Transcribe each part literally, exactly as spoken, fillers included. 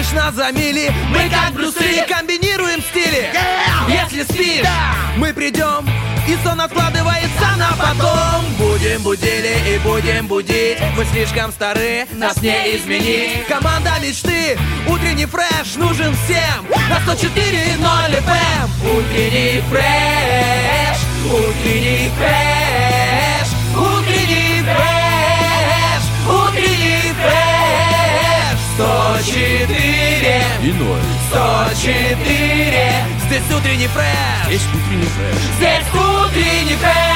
нас за мили. Мы как Брюсы, комбинируем стили. Если спишь, мы придем, и сон откладывается на потом. Будем будили и будем будить. Мы слишком стары, нас не изменить. Команда мечты, утренний фреш нужен всем. На сто четыре ноль эф эм. Утренний фреш, утренний фреш, утренний фреш, утренний фреш. Сто четыре и ноль. Сто четыре. Здесь утренний фреш. Здесь утренний фреш. Здесь утренний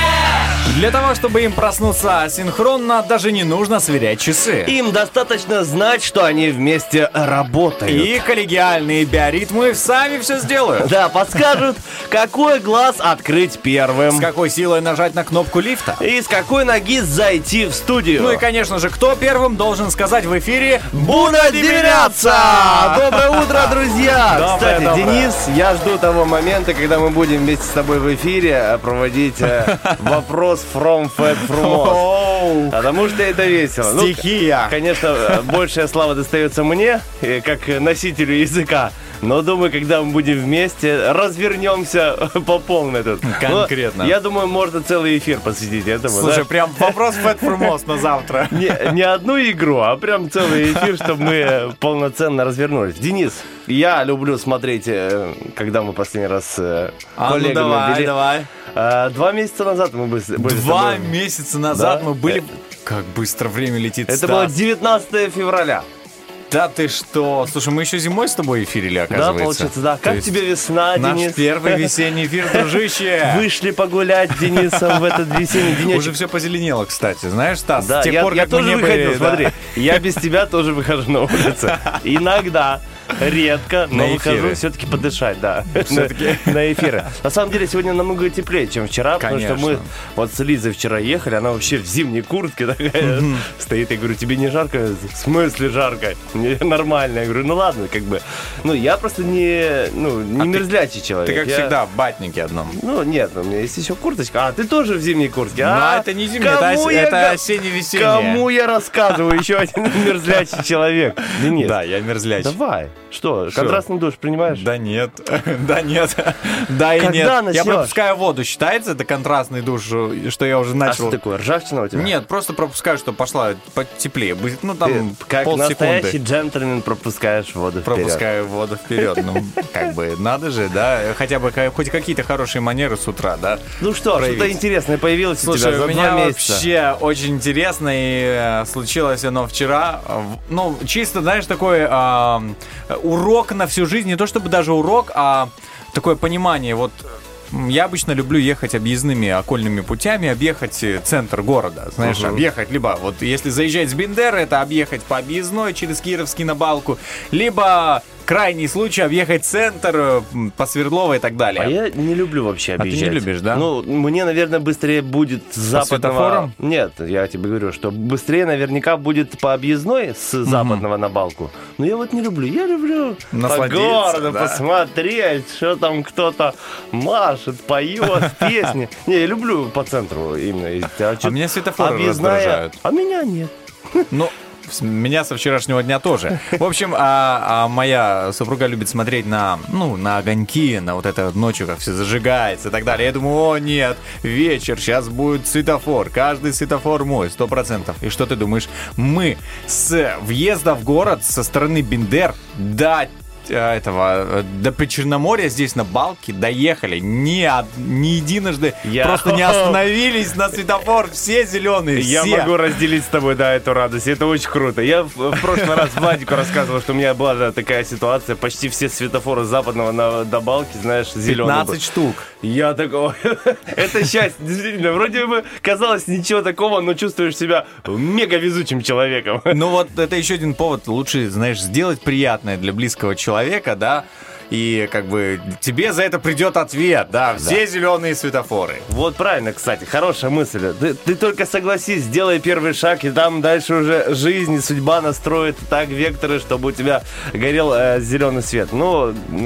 фреш. Для того, чтобы им проснуться синхронно, даже не нужно сверять часы. Им достаточно знать, что они вместе работают. И коллегиальные биоритмы сами все сделают. Да, подскажут, какой глаз открыть первым. С какой силой нажать на кнопку лифта. И с какой ноги зайти в студию. Ну и, конечно же, кто первым должен сказать в эфире «Буна Демиряца!» Доброе утро, друзья! Доброе, Кстати, доброе. Денис, я жду того момента, когда мы будем вместе с тобой в эфире проводить э, вопрос from Fat Frumos. Потому что это весело. Стихия. Ну, конечно, большая слава достается мне, э, как носителю языка. Но думаю, когда мы будем вместе, развернемся по полной тут. Конкретно. Но, я думаю, можно целый эфир посвятить этому. Слушай, да? прям вопрос Fat Frumos на завтра. Не, не одну игру, а прям целый эфир, чтобы мы полноценно развернулись. Денис, я люблю смотреть, э, когда мы последний раз э, А, ну коллегами давай, были. давай. Э, Два месяца назад мы были, были с Два тобой. месяца назад Да. мы были... Как быстро время летит, Это Стас. было девятнадцатое февраля. Да ты что? Слушай, мы еще зимой с тобой эфирили, Да, оказывается. получается, да. То Как есть тебе весна, Наш Денис? первый весенний эфир, дружище. Вышли погулять с Денисом в этот весенний денечек. Уже все позеленело, кстати. Знаешь, Стас, Да, с тех я, пор, я как мы тоже не выходил, были... да. смотри. Я без тебя тоже выхожу на улицу. Иногда. Редко, но На эфиры. выхожу все-таки подышать, да. Всё-таки. На, на эфиры. На самом деле сегодня намного теплее, чем вчера, потому что мы Конечно. вот с Лизой вчера ехали, она вообще в зимней куртке такая стоит. Я говорю, тебе не жарко? В смысле жарко? Мне нормально. Я говорю, ну ладно, как бы. Ну, я просто не, ну, не А ты- мерзлячий человек. Ты, как Я- всегда, в батнике одном. Ну, нет, у меня есть еще курточка. А, ты тоже в зимней куртке? Но А, это не зимняя, это, кому ос- я это га- осенне-весеннее. Кому я рассказываю? Еще один мерзлячий человек. Денис, Да, я мерзляч. давай. Что, Что? контрастный душ принимаешь? Да нет, да нет, да и Когда нет. Я начнешь? пропускаю воду. Считается это контрастный душ, что я уже А начал? что такое, ржавчина у тебя? Нет, просто пропускаю, чтобы пошла потеплее. Будет, ну, там Ты, как полсекунды. настоящий джентльмен, пропускаешь воду вперед. Пропускаю воду вперед. Ну, как бы, надо же, да? Хотя бы ка- хоть какие-то хорошие манеры с утра, да? Ну что, проявить. что-то интересное появилось у Слушай, тебя за у меня два месяца. вообще очень интересно, и э, случилось оно вчера. В- Ну, чисто, знаешь, такой а, урок на всю жизнь. Не то чтобы даже урок, а такое понимание. Вот м, я обычно люблю ехать объездными окольными путями, объехать э, центр города. Знаешь, Мгм. объехать либо, вот если заезжать с Бендеры, это объехать по объездной через Кировский на Балку, либо крайний случай объехать центр э, м, по Свердлова и так далее. А я не люблю вообще А ты не объезжать. любишь, да? Ну, мне, наверное, быстрее будет с западного... светофорам? Нет, я тебе говорю, что быстрее наверняка будет по объездной с западного на Балку. Но я вот не люблю. Я люблю по Насладиться, городу да. посмотреть, что там кто-то машет, поет, песни. Не, я люблю по центру именно. А, чё- меня светофоры объездная- раздражают. А меня нет. Ну, с- меня со вчерашнего дня тоже. В общем, а, а моя супруга любит смотреть на, ну, на огоньки, на вот это вот ночью, как все зажигается и так далее. Я думаю, о, нет, вечер, сейчас будет светофор. Каждый светофор мой, сто процентов. И что ты думаешь? Мы с въезда в город со стороны Бендер до э, этого, э, до Причерноморья здесь на Балке доехали. Ни, од- ни единожды Я- просто не остановились на светофор. Все зеленые, Я все. могу разделить с тобой, да, эту радость. Это очень круто. Я в, в прошлый раз Владику рассказывал, что у меня была да, такая ситуация. Почти все светофоры с западного на, до Балки, знаешь, зеленые. пятнадцать штук. Я такой... Это счастье, действительно. Вроде бы казалось ничего такого, но чувствуешь себя мега везучим человеком. Ну вот это еще один повод лучше, знаешь, сделать приятное для близкого человека, да, и как бы тебе за это придет ответ, да, все зеленые светофоры. Вот правильно, кстати, хорошая мысль. Ты, ты только согласись, сделай первый шаг, и там дальше уже жизнь и судьба настроит так векторы, чтобы у тебя горел э, зеленый свет. Ну, ну,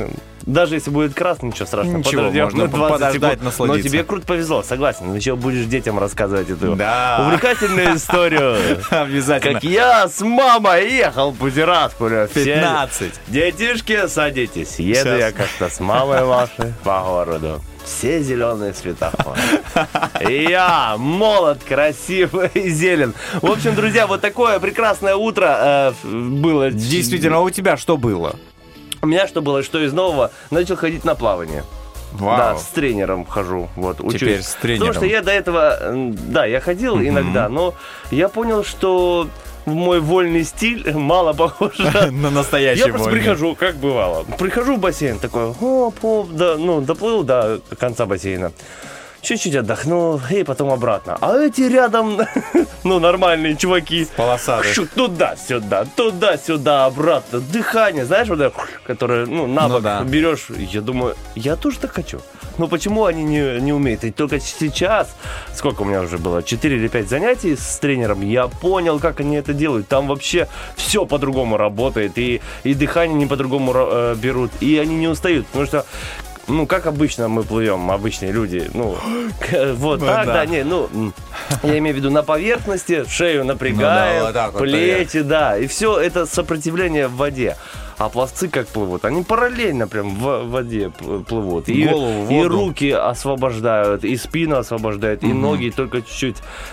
даже если будет красный, ничего страшного. Ничего, подождем, можно ну, двадцать подождать, секунд. насладиться. Но тебе круто повезло, согласен. Еще будешь детям рассказывать эту Да. увлекательную историю. Обязательно. Как я с мамой ехал путиратку. пятнадцать. Детишки, садитесь. Еду Сейчас. я как-то с мамой вашей по городу. Все зеленые светофоры. И я молод, красивый и зелен. В общем, друзья, вот такое прекрасное утро э, было. Действительно, а у тебя что было? У меня что было, что из нового? Начал ходить на плавание. Вау. Да, с тренером хожу. Вот, учусь. Теперь с тренером. Потому что я до этого, м, да, я ходил Мгм. иногда, но я понял, что мой вольный стиль мало похож на... На настоящий Я просто вольный. прихожу, как бывало. Прихожу в бассейн, такой, оп, оп, да, ну, доплыл до конца бассейна. Чуть-чуть отдохнул, и потом обратно. А эти рядом, ну, нормальные чуваки. Полосатые. Шу, Туда-сюда, туда-сюда, обратно. Дыхание, знаешь, вот это, которое, ну, на Ну бок да. берешь. Я думаю, я тоже так хочу. Но почему они не, не умеют? И только сейчас, сколько у меня уже было, четыре или пять занятий с тренером, я понял, как они это делают. Там вообще все по-другому работает, и, и дыхание не по-другому э, берут, и они не устают, потому что ну, как обычно мы плывем, обычные люди, ну, вот Ну, так, да. да, не, ну, м, я имею в виду на поверхности, шею напрягаем, Ну да, вот так вот, плечи, да, и все это сопротивление в воде. А пловцы как плывут? Они параллельно прям в воде пл- плывут. И, Голову в и воду. руки освобождают, и спину освобождают, и ноги только чуть-чуть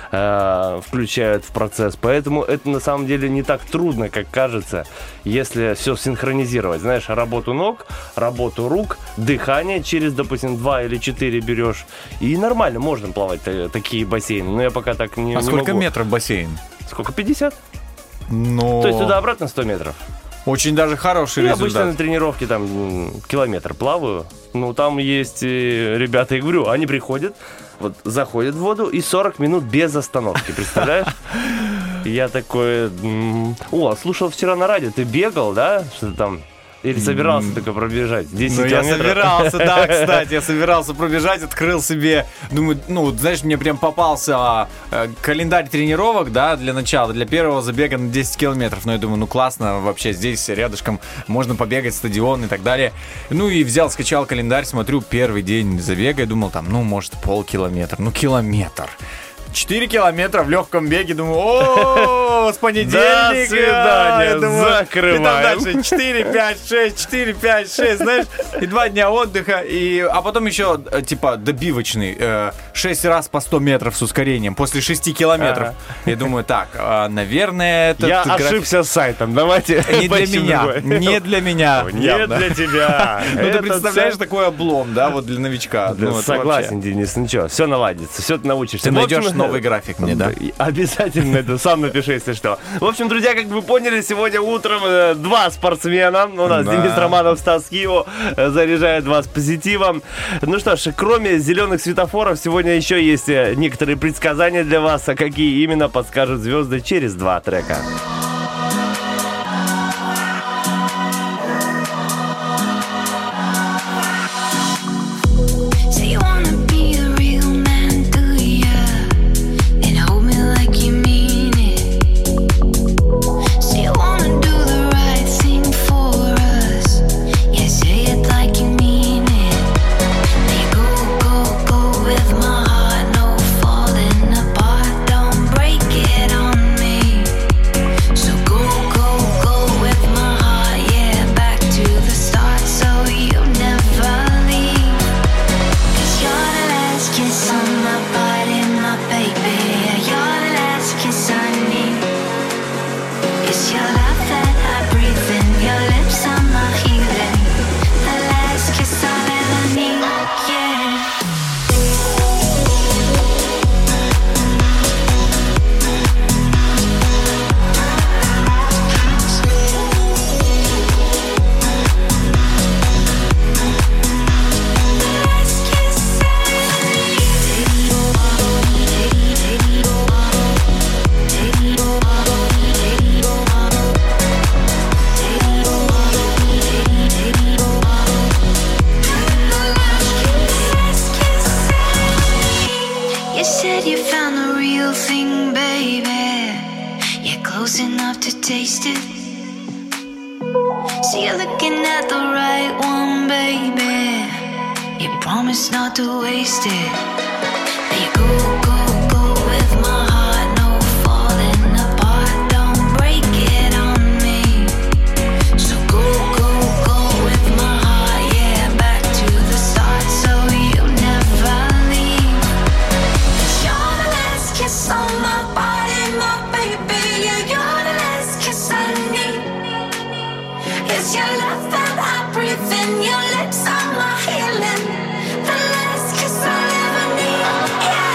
э, включают в процесс. Поэтому это на самом деле не так трудно, как кажется, если все синхронизировать. Знаешь, работу ног, работу рук, дыхание через, допустим, два или четыре берешь. И нормально, можно плавать та- такие бассейны. Но я пока так не, А не сколько могу. метров бассейн? Сколько? пятьдесят? Ну, То есть туда-обратно сто метров. очень даже хороший Я обычно результат. на тренировке там м, километр плаваю. Ну, там есть э, ребята, я говорю, они приходят, вот заходят в воду и сорок минут без остановки, представляешь? Я такой, м, о, слушал вчера на радио, ты бегал, да? Что-то там... Или собирался только пробежать? десять Ну, я километров? собирался, да, кстати, я собирался пробежать, открыл себе, думаю, ну, знаешь, мне прям попался а, э, календарь тренировок, да, для начала, для первого забега на десять километров, но я думаю, ну, классно, вообще здесь рядышком можно побегать, стадион и так далее. Ну, и взял, скачал календарь, смотрю, первый день забега, и думал, там, ну, может, полкилометра, ну, километр. четыре километра в легком беге, думаю, о, с понедельника. До свидания, Я думаю, закрываем. и там дальше четыре, пять, шесть, четыре, пять, шесть, знаешь, и два дня отдыха, и, а потом еще, э, типа, добивочный, э, шесть раз по сто метров с ускорением, после шести километров. Ага. Я думаю, так, а, наверное, этот Я график ошибся с сайтом, давайте не для поищем меня, другой. не для меня. Не явно. для тебя. Ну, ты Это представляешь, сайт- такой облом, да, вот для новичка. Да, Ну, это согласен, вообще. Денис, ничего, все наладится, все ты научишься. Ты В общем, найдешь новый график мне, да? Обязательно это сам напиши, если что. В общем, друзья, как вы поняли, сегодня утром э, два спортсмена. У нас Да. Денис Романов, Стас Кио э, заряжают вас позитивом. Ну что ж, кроме зеленых светофоров, сегодня еще есть э, некоторые предсказания для вас. А какие именно, подскажут звезды через два трека. So you wanna be a real man, do ya? And hold me like you mean it. So you wanna do the right thing for us? Yeah, say it like you mean it. Now you go, go, go with my heart, no falling apart. Don't break it on me. So go, go, go with my heart, yeah, back to the start, so you never leave. Cause you're the last kiss on my body, my baby. You're the last kiss I need. It's your love that I breathe in. Your lips are my healing. The last kiss I'll ever need, yeah. Last kiss You said you found the real thing, baby. You're close enough to taste it. So you're looking at the right one, baby. promise not to waste it. Now you go, go, go with my heart, no falling apart. Don't break it on me. So go, go, go with my heart, yeah, back to the start, so you never leave. 'Cause you're the last kiss on my body, my baby. Yeah, you're the last kiss I need. It's your love that I breathe in, your lips are my healing. The last kiss I ever need, yeah.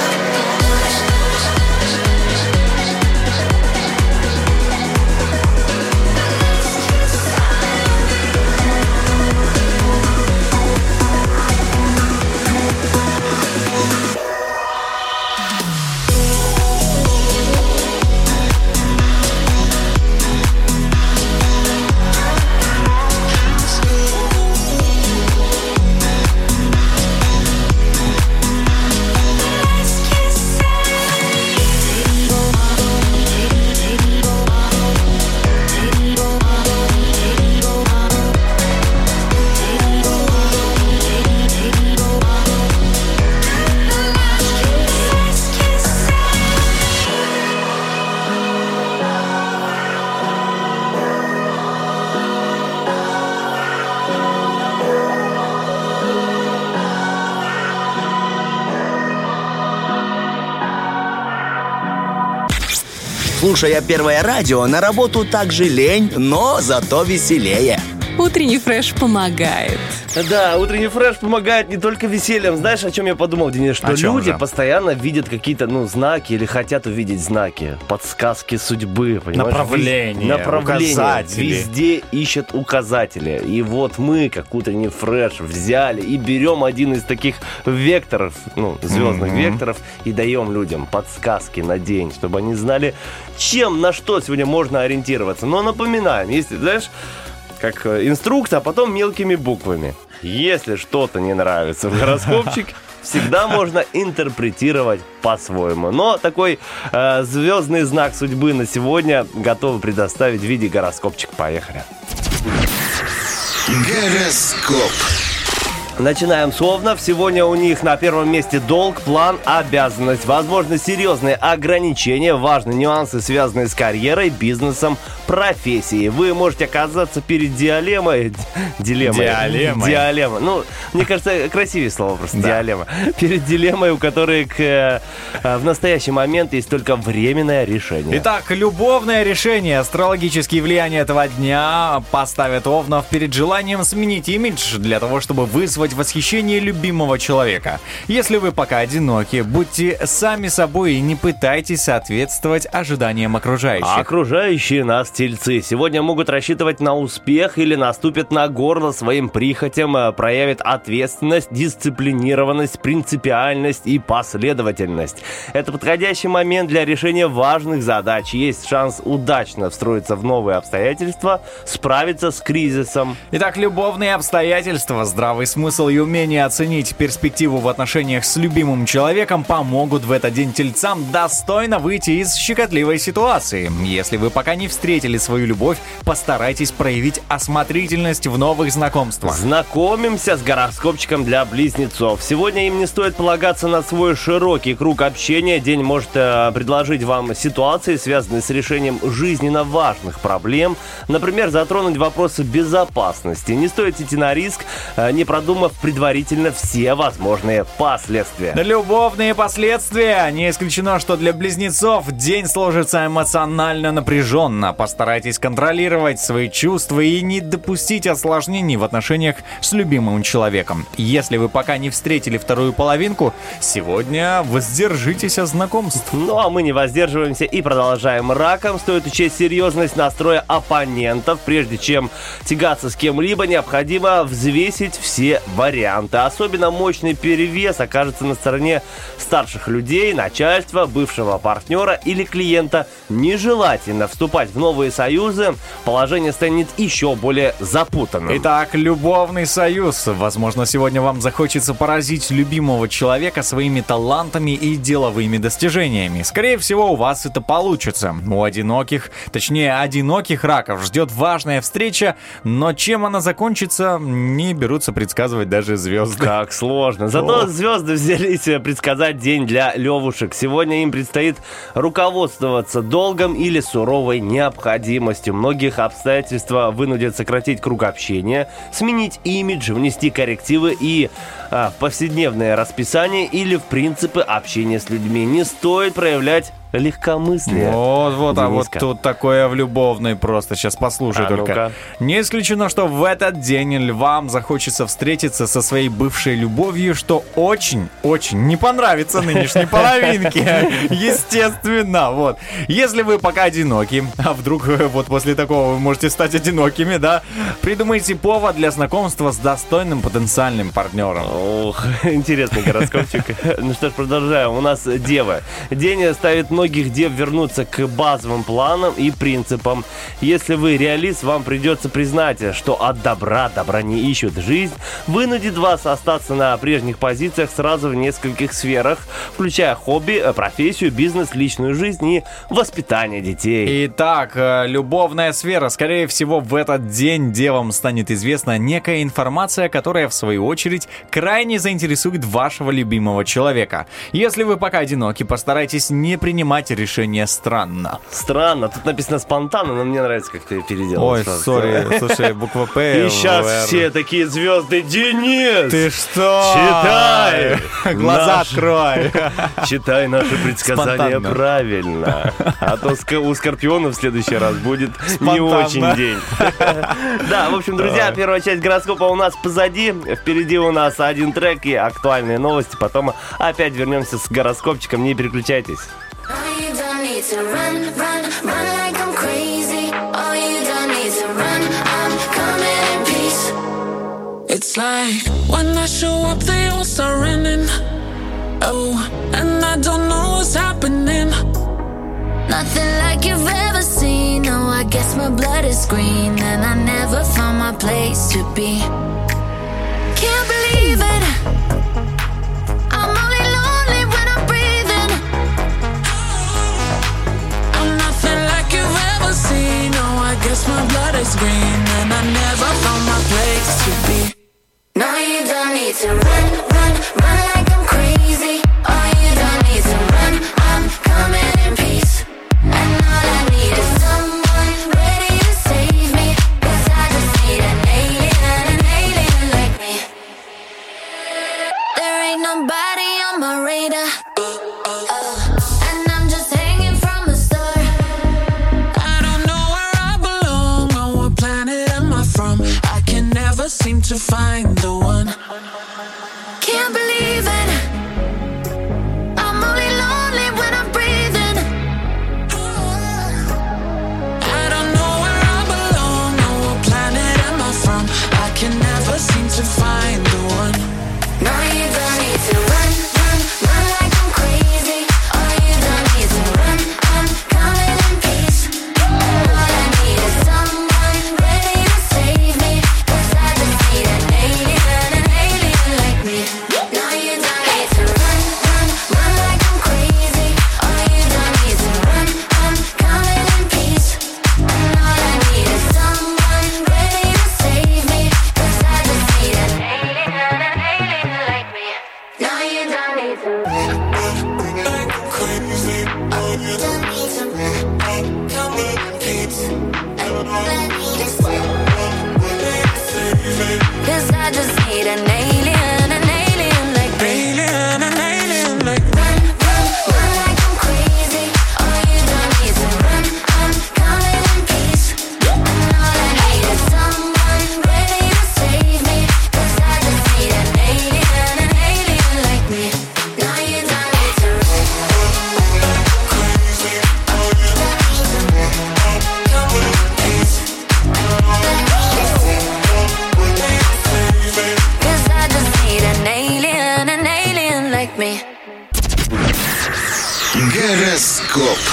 Слушая Первое радио, на работу также лень, но зато веселее. Утренний фреш помогает. Да, утренний фреш помогает не только весельем. Знаешь, о чем я подумал, Денис? Что О чем люди же? постоянно видят какие-то, ну, знаки или хотят увидеть знаки, подсказки судьбы, понимаешь? Направления, Вез- направления. указатели. Везде ищут указатели. И вот мы, как утренний фреш, взяли и берем один из таких векторов, ну, звездных Мгм. векторов, и даем людям подсказки на день, чтобы они знали, чем, на что сегодня можно ориентироваться. Но напоминаем, если, знаешь, как э, инструкция, а потом мелкими буквами. Если что-то не нравится в гороскопчике, всегда можно интерпретировать по-своему. Но такой э, звездный знак судьбы на сегодня готовы предоставить в виде гороскопчика. Поехали. Гороскоп. Начинаем с Овнов. Сегодня у них на первом месте долг, план, обязанность. Возможно, серьезные ограничения, важные нюансы, связанные с карьерой, бизнесом, профессией. Вы можете оказаться перед дилеммой. Дилеммой. Диалеммой. Диалемма. Ну, мне кажется, красивее слово просто. Да. Диалемма. Перед дилеммой, у которой к, э, в настоящий момент есть только временное решение. Итак, любовное решение. Астрологические влияния этого дня поставят Овнов перед желанием сменить имидж для того, чтобы вызвать восхищение любимого человека. Если вы пока одиноки, будьте сами собой и не пытайтесь соответствовать ожиданиям окружающих. А окружающие нас тельцы сегодня могут рассчитывать на успех или наступят на горло своим прихотям, э, проявят ответственность, дисциплинированность, принципиальность и последовательность. Это подходящий момент для решения важных задач. Есть шанс удачно встроиться в новые обстоятельства, справиться с кризисом. Итак, любовные обстоятельства, здравый смысл и умение оценить перспективу в отношениях с любимым человеком помогут в этот день тельцам достойно выйти из щекотливой ситуации. Если вы пока не встретили свою любовь, постарайтесь проявить осмотрительность в новых знакомствах. Знакомимся с гороскопчиком для близнецов. Сегодня им не стоит полагаться на свой широкий круг общения. День может э, предложить вам ситуации, связанные с решением жизненно важных проблем. Например, затронуть вопросы безопасности. Не стоит идти на риск, э, не продумав предварительно все возможные последствия. Любовные последствия. Не исключено, что для близнецов день сложится эмоционально напряженно. Постарайтесь контролировать свои чувства и не допустить осложнений в отношениях с любимым человеком. Если вы пока не встретили вторую половинку, сегодня воздержитесь от знакомств. Ну а мы не воздерживаемся и продолжаем. Раком стоит учесть серьезность настроя оппонентов. Прежде чем тягаться с кем-либо, необходимо взвесить все варианты. Особенно мощный перевес окажется на стороне старших людей, начальства, бывшего партнера или клиента. Нежелательно вступать в новые союзы. Положение станет еще более запутанным. Итак, любовный союз. Возможно, сегодня вам захочется поразить любимого человека своими талантами и деловыми достижениями. Скорее всего, у вас это получится. У одиноких, точнее, одиноких раков ждет важная встреча, но чем она закончится, не берутся предсказывать предсказывать даже звезды. Как сложно. Зато О. звезды взялись предсказать день для левушек. Сегодня им предстоит руководствоваться долгом или суровой необходимостью. Многих обстоятельства вынудят сократить круг общения, сменить имидж, внести коррективы и а, в повседневное расписание или в принципы общения с людьми. Не стоит проявлять легкомыслие. Вот, вот, а вот Дениска. тут такое в любовной просто. Сейчас послушай А только. ну-ка. Не исключено, что в этот день львам захочется встретиться со своей бывшей любовью, что очень-очень не понравится нынешней половинке. Естественно, вот. Если вы пока одиноки, а вдруг вот после такого вы можете стать одинокими, да, придумайте повод для знакомства с достойным потенциальным партнером. Ох, интересный гороскопчик. Ну что ж, продолжаем. У нас девы. День ставит многих дев вернуться к базовым планам и принципам. Если вы реалист, вам придется признать, что от добра добра не ищут. Жизнь вынудит вас остаться на прежних позициях сразу в нескольких сферах, включая хобби, профессию, бизнес, личную жизнь и воспитание детей. Итак, э, любовная сфера. Скорее всего, в этот день девам станет известна некая информация, которая, в свою очередь, крайне заинтересует вашего любимого человека. Если вы пока одиноки, постарайтесь не принимать решения странно. Странно, тут написано спонтанно, но мне нравится, как ты переделал. Ой, сразу. сори, слушай, буква П. И сейчас В, Р. все такие звезды. Денис! Ты что? Читай! Глаза Наш- открой. Читай наши предсказания Спонтанно. правильно. А то ска- у Скорпиона в следующий раз будет не Спонтанно. очень день. Да, в общем, друзья, первая часть гороскопа у нас позади. Впереди у нас один трек и актуальные новости. Потом опять вернемся с гороскопчиком. Не переключайтесь. All you don't need to run, run, run like I'm crazy. All you don't need to run, I'm coming in peace. It's like when I show up, they all start running. Oh, and I don't know what's happening. Nothing like you've ever seen. No, I guess my blood is green, and I never found my place to be. Can't believe it. I'm only lonely when I'm breathing. I'm nothing like you've ever seen. No, I guess my blood is green, and I never found my place to be. No, you don't need to run, run, run like I'm crazy. Oh, you don't need to run, I'm coming in peace. And all I need is someone ready to save me. 'Cause I just need an alien, an alien like me. There ain't nobody on my radar. Oh, and I'm just hanging from a star. I don't know where I belong or what planet am I from. I can never seem to find the one. Can't believe it. I'm only lonely when I'm breathing. I don't know where I belong or what planet am I from. I can never seem to find the one. No, you don't need to run, run, run like I'm crazy. Oh, you don't need to run, I'm coming in peace. All I need is someone ready to save me. 'Cause I just need an alien, an alien like me. No, you don't need to run, run, run like I'm crazy. Oh, you don't need to run, I'm coming in peace. All I need is someone ready to save me. 'Cause I just need an alien, an alien like me. No, you don't need to run. Crazy. Oh, you don't need to run. Coming in peace. All I need is someone ready to save me. 'Cause I just need an alien, an alien like me. Alien, an alien like Run, run, run like I'm crazy. Oh, you don't need to run. I'm coming in peace. And all I need is someone ready to save me. 'Cause I just need an alien, an alien like me. No, you don't need to run. crazy. Oh, you don't need to run. Coming in peace. All I need is someone ready to save me. 'Cause I just need an alien, an alien like me. Гороскоп.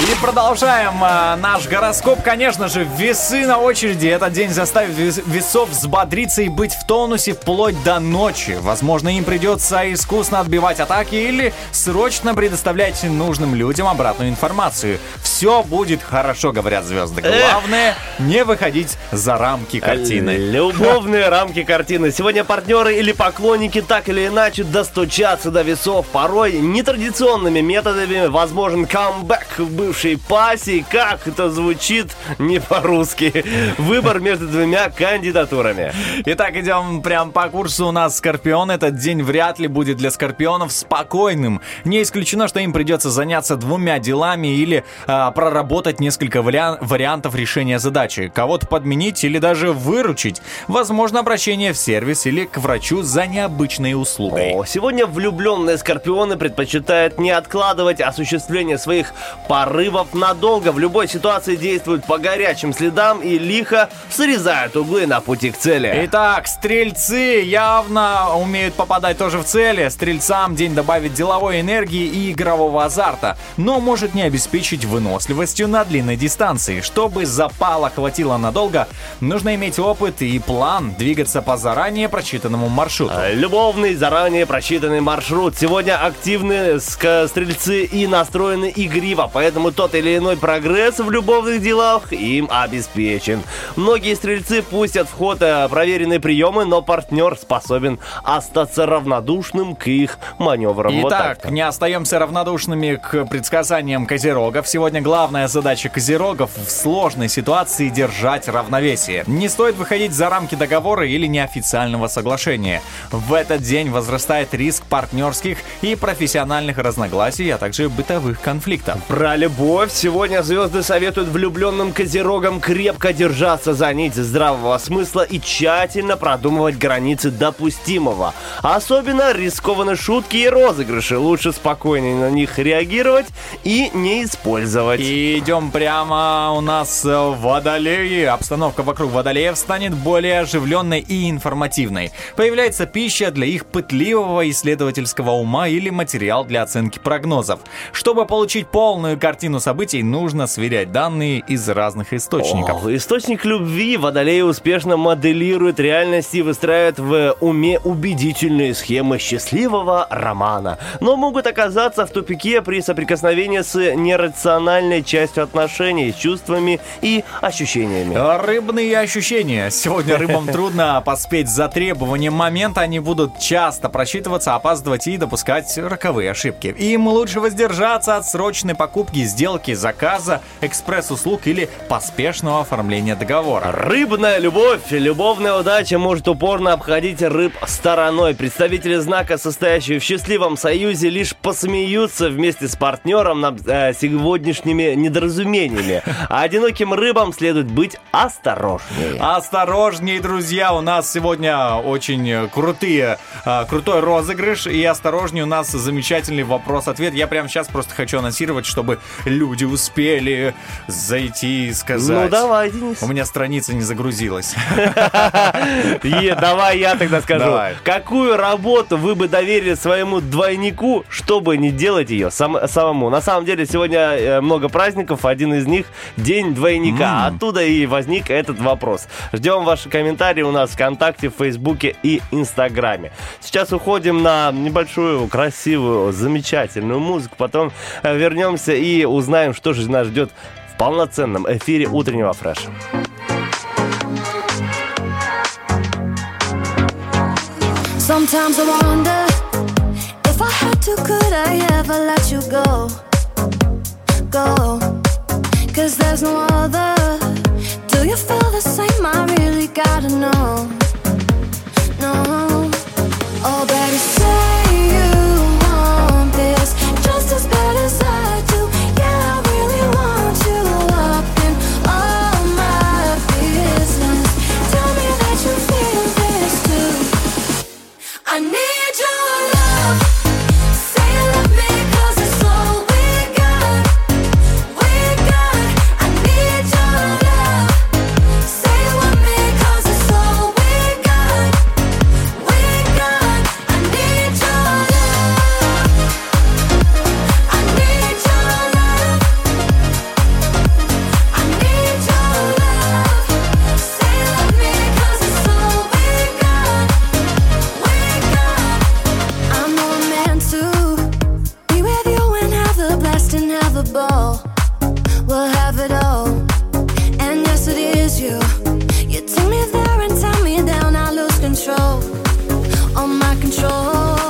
И продолжаем а, наш гороскоп. Конечно же, весы на очереди. Этот день заставит вес- весов взбодриться и быть в тонусе вплоть до ночи. Возможно, им придется искусно отбивать атаки или срочно предоставлять нужным людям обратную информацию. Все будет хорошо, говорят звезды. Главное, не выходить за рамки картины. Любовные рамки картины. Сегодня партнеры или поклонники так или иначе достучатся до весов. Порой нетрадиционными методами возможен камбэк в бывшей пассии. Как это звучит не по-русски. Выбор между двумя кандидатурами. Итак, идем прям по курсу. У нас Скорпион. Этот день вряд ли будет для скорпионов спокойным. Не исключено, что им придется заняться двумя делами или а, проработать несколько вариан- вариантов решения задачи. Кого-то подменить или даже выручить. Возможно, обращение в сервис или к врачу за необычной услугой. О, сегодня влюбленные скорпионы предпочитают не откладывать осуществление своих порывов надолго. В любой ситуации действуют по горячим следам и лихо срезают углы на пути к цели. Итак, стрельцы явно умеют попадать тоже в цели. Стрельцам день добавит деловой энергии и игрового азарта, но может не обеспечить выносливостью на длинной дистанции. Чтобы запала хватило надолго, нужно иметь опыт и план, двигаться по заранее прочитанному маршруту. Любовный, заранее просчитанный маршрут. Сегодня активны ск- стрельцы и настроены игриво, поэтому тот или иной прогресс в любовных делах им обеспечен. Многие стрельцы пустят в ход э, проверенные приемы, но партнер способен остаться равнодушным к их маневрам. Вот Итак, так-то. не остаемся равнодушными к предсказаниям козерогов. Сегодня главная задача козерогов в сложной ситуации держать равновесие. Не стоит выходить за рамки договора или неофициального соглашения. В этот день возрастает риск партнерских и профессиональных разногласий, а также бытовых конфликтов. Про любовь сегодня звезды советуют влюбленным козерогам крепко держаться за нить здравого смысла и тщательно продумывать границы допустимого. Особенно рискованные шутки и розыгрыши. Лучше спокойно на них реагировать и не использовать. И идем прямо у нас в Водолее. Обстановка вокруг водолеев станет более оживленной и информативной. Появляется пища для их пытливого исследовательского ума или материал для оценки прогнозов. Чтобы получить полную картину событий, нужно сверять данные из разных источников. О, источник любви Водолей успешно моделирует реальность и выстраивает в уме убедительные схемы счастливого романа, но могут оказаться в тупике при соприкосновении с нерациональной частью отношений, чувствами и ощущениями. Рыбные ощущения. Сегодня рыбам трудно поспеть за требованием момента. Они будут часто просчитываться, опаздывать и допускать роковые ошибки. Им лучше воздержаться от срочной покупки, сделки, заказа, экспресс-услуг или поспешного оформления договора. Рыбная любовь, любовная удача может упорно обходить рыб стороной. Представители знака, состоящие в счастливом союзе, лишь посмеются вместе с партнером над э, сегодняшними недоразумениями. А одиноким рыбам следует быть осторожнее. Осторожней, друзья, у нас сегодня очень крутые, э, крутой розыгрыш, и осторожней у нас замечательный вопрос-ответ. Я прямо сейчас просто хочу анонсировать, чтобы люди успели зайти и сказать. Ну давай, Денис. У меня страница не загрузилась. Е, давай я тогда скажу. Давай. Какую работу вы бы доверили своему двойнику, чтобы не делать ее сам, самому? На самом деле сегодня э, много праздников, один из них День двойника. Mm. Оттуда и возник этот вопрос. Ждем ваши комментарии у нас в ВКонтакте, в Фейсбуке и Инстаграме. Сейчас уходим на небольшую, красивую, замечательную музыку. Потом э, вернемся и узнаем, что же нас ждет в полноценном эфире утреннего фреша. Sometimes I wonder if I had to, could I ever let you go? Go, cause there's no other. Do you feel the same? I really gotta know. No, oh baby, say you want this just as bad as I do. Yeah, I really want you up in all my business. Tell me that you feel this too. I need your love. Say you love me 'cause it's all we got. We got. I need your love. Say you want me 'cause it's all we got. it all. And yes, it is you. You take me there and tie me down. I lose control, all my control.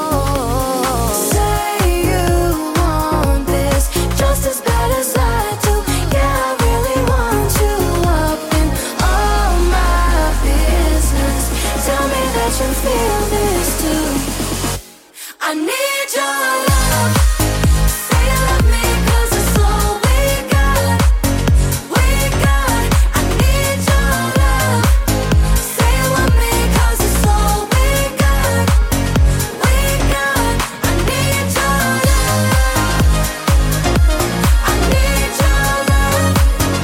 Say you want this just as bad as I do. Yeah, I really want you up in all my business. Tell me that you feel this too. I need your love. Say you love me 'cause it's all we got. We got. I need your love. Say you love me 'cause it's all we got. We got. I need your love. I need your love.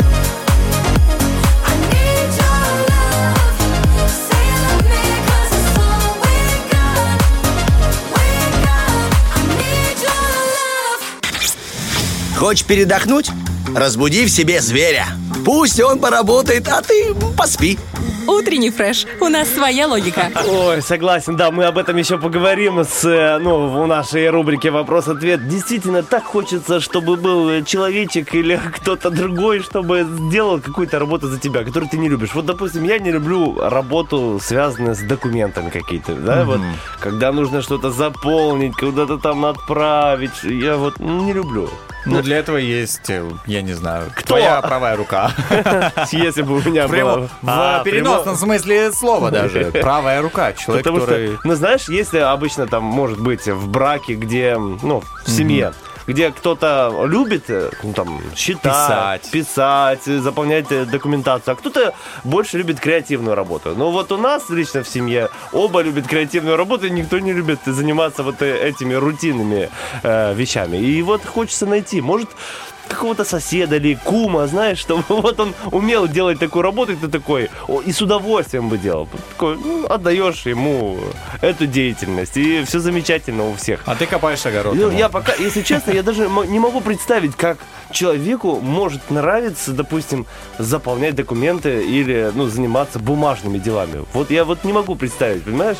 I need your love. Say you love me 'cause it's all we got. We got. I need your love. Хочешь передохнуть? Разбуди в себе зверя. Пусть он поработает, а ты поспи. Утренний фреш. У нас своя логика. Ой, согласен, да, мы об этом еще поговорим с, э, ну, в нашей рубрике «Вопрос-ответ». Действительно, так хочется, чтобы был человечек или кто-то другой, чтобы сделал какую-то работу за тебя, которую ты не любишь. Вот, допустим, я не люблю работу, связанную с документами какие-то, да, mm-hmm. вот, когда нужно что-то заполнить, куда-то там отправить, я вот ну, не люблю. Ну, для этого есть, я не знаю, Кто? твоя правая рука. Если бы у меня была... В переносном смысле слова даже. Правая рука. Человек, Потому который... что, ну, знаешь, если обычно там, может быть, в браке, где, ну, в семье, где кто-то любит, ну, там, считать, Писать. писать, заполнять документацию, а кто-то больше любит креативную работу. Но вот у нас лично в семье оба любят креативную работу, и никто не любит заниматься вот этими рутинными э, вещами. И вот хочется найти, может, какого-то соседа или кума, знаешь, что вот он умел делать такую работу, и ты такой, о, и с удовольствием бы делал. Такой, ну, отдаешь ему эту деятельность, и все замечательно у всех. А ты копаешь огород. Ну, я пока, если честно, я даже м- не могу представить, как человеку может нравиться, допустим, заполнять документы или, ну, заниматься бумажными делами. Вот я вот не могу представить, понимаешь?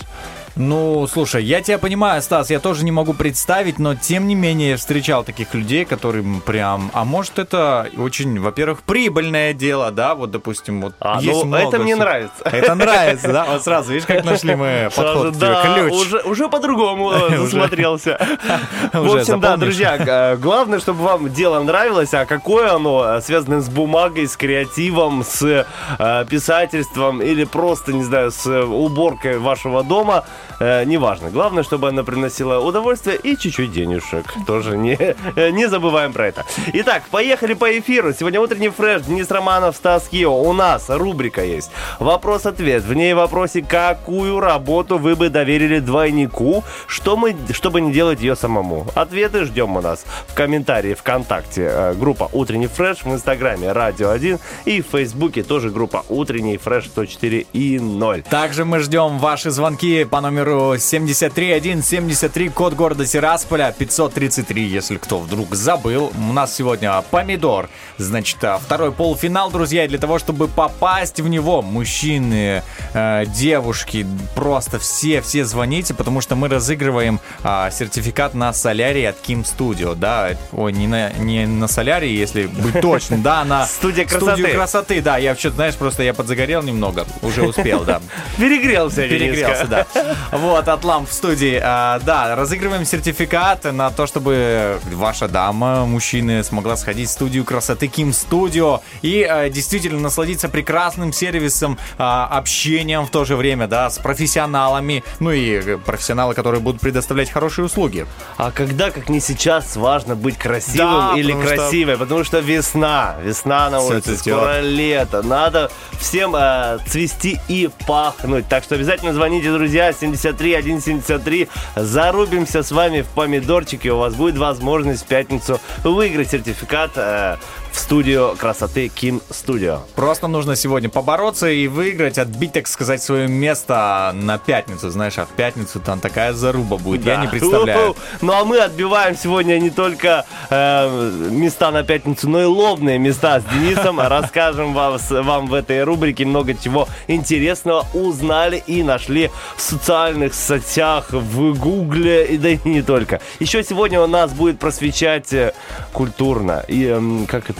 Ну, слушай, я тебя понимаю, Стас, я тоже не могу представить, но тем не менее я встречал таких людей, которым прям... А может, это очень, во-первых, прибыльное дело, да? Вот, допустим, вот А, есть ну, много... это мне всего. нравится. Это нравится, да? Вот сразу, видишь, как нашли мы подход к тебе, да, ключ. уже, уже по-другому засмотрелся. В Уже общем, да, запомнишь? друзья, главное, чтобы вам дело нравилось, а какое оно, связано с бумагой, с креативом, с э, писательством или просто, не знаю, с уборкой вашего дома, э, неважно. Главное, чтобы она приносила удовольствие и чуть-чуть денежек. Тоже не, не забываем про это. Итак, поехали по эфиру. Сегодня утренний фреш. Денис Романов, Стас Кио. У нас рубрика есть. Вопрос-ответ. В ней в вопросе, какую работу вы бы доверили двойнику, что мы, чтобы не делать ее самому. Ответы ждем у нас в комментарии ВКонтакте. Группа «Утренний фреш», в Инстаграме «Радио один» и в Фейсбуке тоже группа «Утренний фреш» сто четыре и ноль. Также мы ждем ваши звонки по номеру семьдесят три один семьдесят три, код города Тирасполя, пятьсот тридцать три, если кто вдруг забыл. У нас сегодня помидор. Значит, второй полуфинал, друзья, и для того, чтобы попасть в него, мужчины, э, девушки, просто все, все звоните, потому что мы разыгрываем э, сертификат на солярий от Kim Studio, да, ой, не на, не на солярий, если быть точным, да, на Студия красоты. студию красоты, да, я что-то, знаешь, просто я подзагорел немного, уже успел, да. Перегрелся, Перегрелся, да. Вот, от ламп в студии. А, да, разыгрываем сертификат на то, чтобы ваша дама, мужчина, смогла сходить в студию красоты Kim Studio и а, действительно насладиться прекрасным сервисом, а, общением в то же время, да, с профессионалами, ну и профессионалы, которые будут предоставлять хорошие услуги. А когда, как не сейчас, важно быть красивым Да, или потому что- красивой? Потому что весна, весна на Всё улице, цветет. скоро лето. Надо всем э, цвести и пахнуть. Так что обязательно звоните, друзья, семьдесят три один семьдесят три. Зарубимся с вами в помидорчике. У вас будет возможность в пятницу выиграть сертификат э, в студию красоты Kim Studio. Просто нужно сегодня побороться и выиграть, отбить, так сказать, свое место на пятницу. Знаешь, а в пятницу там такая заруба будет, я Да. не представляю. У-ху. Ну а мы отбиваем сегодня не только э, места на пятницу, но и лобные места с Денисом. Расскажем вам, вам в этой рубрике много чего интересного узнали и нашли в социальных сетях, в Гугле, и да и не только. Еще сегодня у нас будет просвещать э, культурно и, э, как это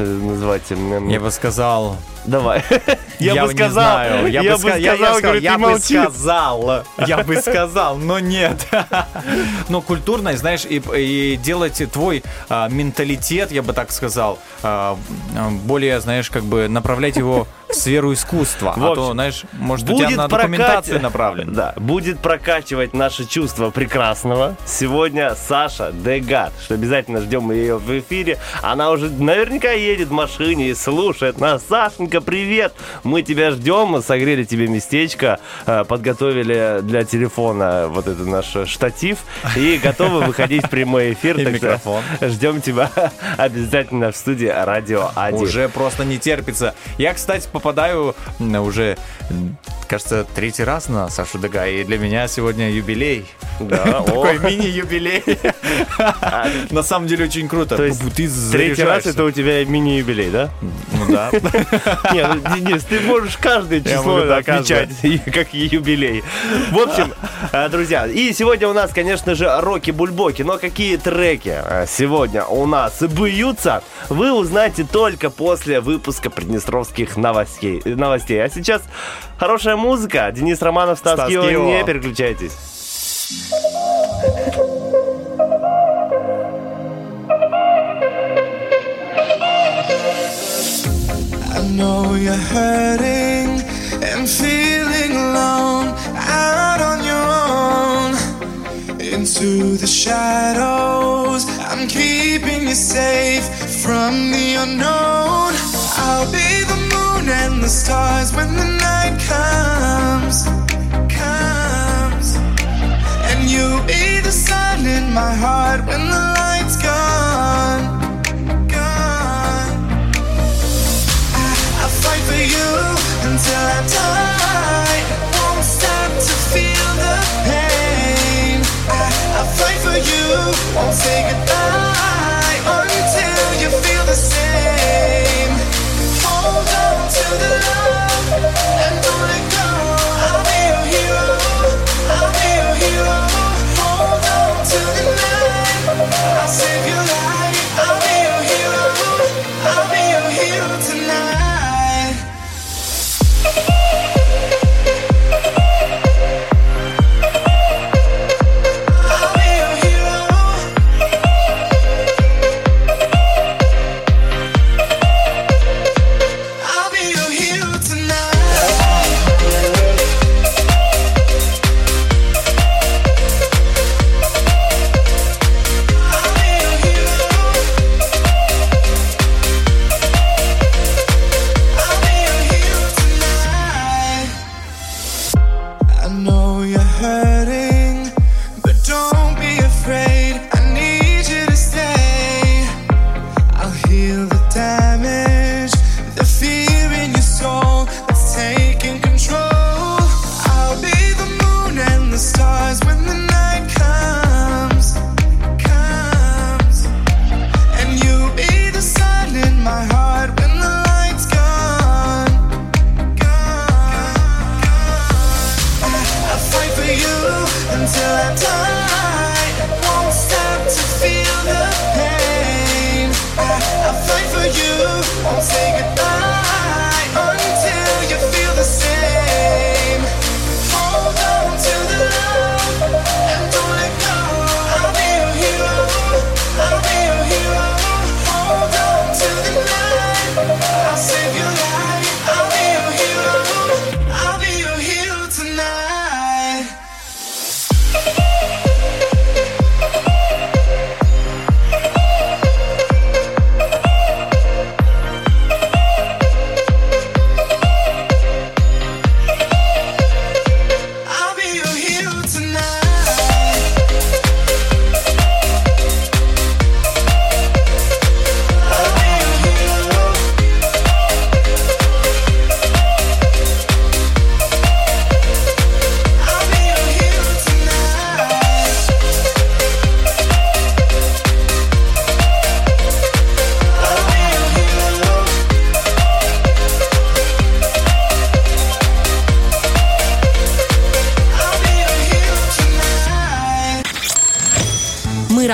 назвать? м, Я бы сказал... Давай. Я, бы не сказал, знаю. Я, бы ска- я- я сказал, бы говорит, я ты бы молчи. сказал, я бы сказал, но нет. Но культурность, знаешь, и, и делать твой а, менталитет, я бы так сказал, а, а, более, знаешь, как бы направлять его в сферу искусства. В А общем, то, знаешь, может, у тебя будет на прокат- документацию направлен. Да, будет прокачивать наше чувство прекрасного. Сегодня Саша Дегат, что обязательно ждем ее в эфире. Она уже наверняка едет в машине и слушает нас. Сашенька, привет! Мы тебя ждем, согрели тебе местечко, э, подготовили для телефона вот этот наш штатив и готовы выходить в прямой эфир. И Так что микрофон. ждем тебя обязательно в студии Радио один. Уже просто не терпится. Я, кстати, попадаю м, уже, м, кажется, третий раз на Сашу Дега, и для меня сегодня юбилей. Да, Такой о. мини-юбилей. На самом деле очень круто. То есть Ты Третий раз заряжаешься. это у тебя мини-юбилей, да? Ну да. Не, ну, Денис, ты можешь каждое Я число могу, да, отмечать, как юбилей. В общем, э, друзья, и сегодня у нас, конечно же, роки-бульбоки. Но какие треки э, сегодня у нас бьются, вы узнаете только после выпуска приднестровских новостей. новостей. А сейчас хорошая музыка. Денис Романов, Стас Стас Кио. Кио. Не переключайтесь. I know you're hurting and feeling alone, out on your own, into the shadows. I'm keeping you safe from the unknown. I'll be the moon and the stars when the night comes, comes. And you'll be the sun in my heart when the light's gone. I'll fight for you until I die. Won't stop to feel the pain. I, I'll fight for you, won't say goodbye until you feel the same. Hold on to the love and don't let go. I'll be your hero, I'll be your hero. Hold on to the night.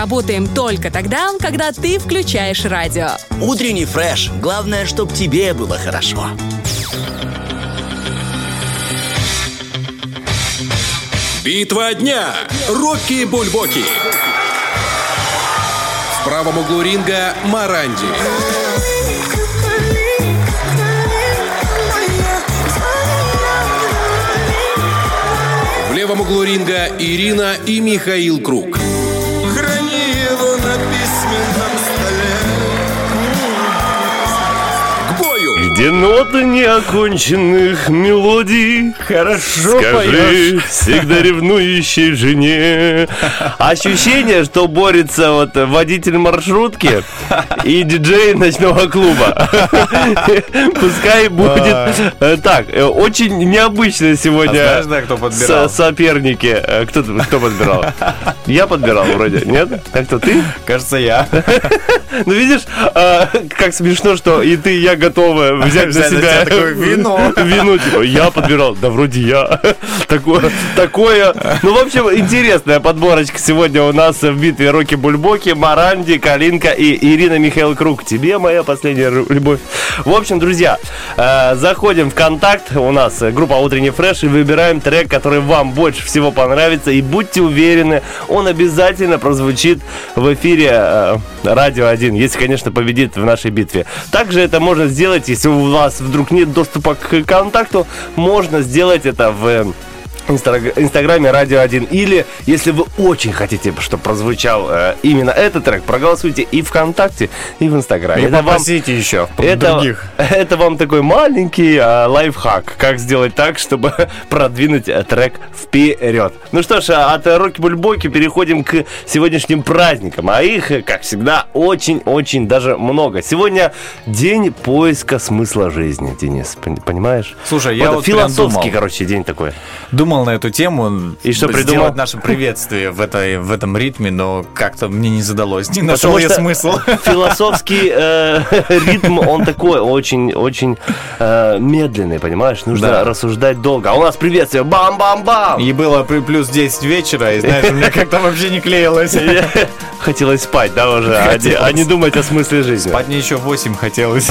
работаем только тогда, когда ты включаешь радио. Утренний фреш. Главное, чтоб тебе было хорошо. Битва дня. Рокки Бульбоки. В правом углу ринга Маранди. В левом углу ринга Ирина и Михаил Круг. Храни его на письменном столе. К бою. Где ноты неоконченных мелодий. Хорошо Скажи поешь. всегда ревнующей жене. Ощущение, что борется вот водитель маршрутки и диджей ночного клуба. Пускай будет э, так. э, Очень необычно А сегодня знаешь, да, кто подбирал? со- соперники. Э, Кто, кто подбирал? Я подбирал вроде, нет? А кто, ты? Кажется, я. Ну видишь, а, как смешно, что и ты, и я готовы взять на Взять на себя себя такое вину. Вину, типа, я подбирал, да вроде я. Такое, такое. Ну, в общем, интересная подборочка сегодня у нас в битве Рокки Бульбоки, Маранди, Калинка и Ирина Михаил Круг. Тебе моя последняя ру- любовь. В общем, друзья, э, заходим в контакт. У нас группа Утренний фреш и выбираем трек, который вам больше всего понравится. И будьте уверены, он обязательно прозвучит в эфире э, Радио один, если, конечно, победит в нашей битве. Также это можно сделать, если у вас вдруг нет доступа к контакту, можно сделать это в Инстаг- Инстаграме Радио один. Или, если вы очень хотите, чтобы прозвучал э, именно этот трек, проголосуйте и ВКонтакте, и в Инстаграме. И Это вам- попросите еще это, других. это вам такой маленький а, лайфхак, как сделать так, чтобы продвинуть а, трек вперед. Ну что ж, а, от Рокки Бульбоки переходим к сегодняшним праздникам, а их, как всегда, очень-очень даже много. Сегодня день поиска смысла жизни, Денис, пон- понимаешь? Слушай, я Вот вот прям философский, думал. короче, день такой. Думал на эту тему. И что сделать придумал? наше приветствие в, этой, в этом ритме, но как-то мне не задалось. Не нашел Потому я что смысл. Философский э, ритм, он такой очень-очень э, медленный, понимаешь? Нужно Да. рассуждать долго. А у нас приветствие бам-бам-бам! И было при- плюс десять вечера, и знаешь, у меня как-то вообще не клеилось. Хотелось спать, да, уже, а не, Хотелось. а не думать о смысле жизни. Спать мне еще восемь хотелось.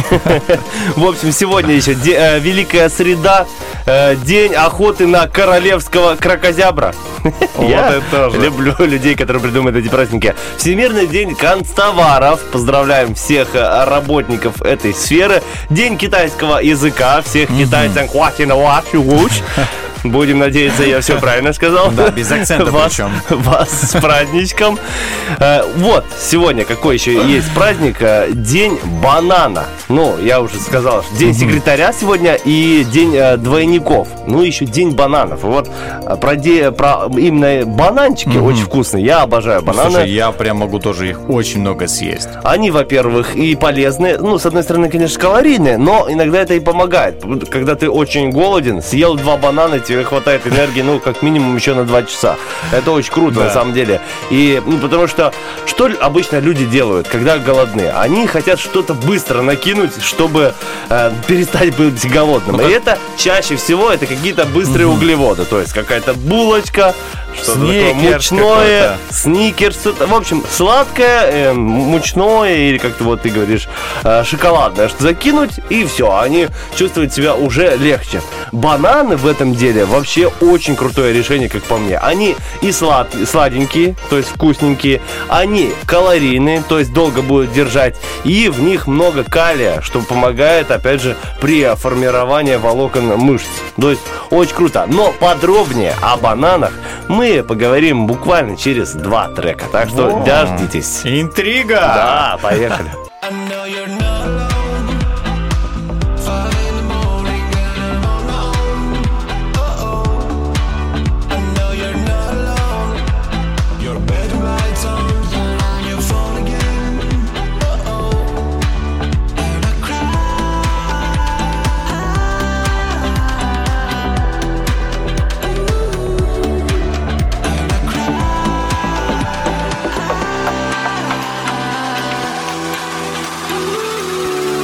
В общем, сегодня еще де- э, Великая Среда, э, день охоты на королевского кракозябра. Я это тоже. люблю людей, которые придумывают эти праздники. Всемирный день канцтоваров. Поздравляем всех э, работников этой сферы. День китайского языка. Всех китайцам хватина вашу луч. Будем надеяться, я все правильно сказал. Да, без акцента вас, причем. Вас с праздничком. Э, Вот, сегодня какой еще есть праздник? Э, День банана. Ну, я уже сказал, что день секретаря сегодня и день э, двойников. Ну, еще день бананов. И вот э, про, де- про именно бананчики очень вкусные. Я обожаю бананы. Слушай, я прям могу тоже их очень много съесть. Они, во-первых, и полезные. Ну, с одной стороны, конечно, калорийные, но иногда это и помогает. Когда ты очень голоден, съел два банана, тебе хватает энергии, ну, как минимум еще на два часа. Это очень круто, Да. на самом деле. И, ну, потому что, что обычно люди делают, когда голодны? Они хотят что-то быстро накинуть, чтобы э, перестать быть голодным. И это чаще всего это какие-то быстрые углеводы. То есть какая-то булочка, что-то такое Сникерс мучное, какой-то. сникерс, что-то, в общем, сладкое, э, мучное, или как ты вот ты говоришь, э, шоколадное, что закинуть, и все, они чувствуют себя уже легче. Бананы в этом деле вообще очень крутое решение, как по мне. Они и слад, сладенькие, то есть вкусненькие, они калорийные, то есть долго будут держать, и в них много калия, что помогает, опять же, при формировании волокон мышц. То есть очень круто. Но подробнее о бананах мы поговорим буквально через два трека. Так что О. дождитесь. Интрига! Да, поехали. I know you're not alone. Five in the morning and I'm alone. Uh-oh. I know you're not alone. Your bedroom lights on, on your phone again. Uh-oh. And I cry.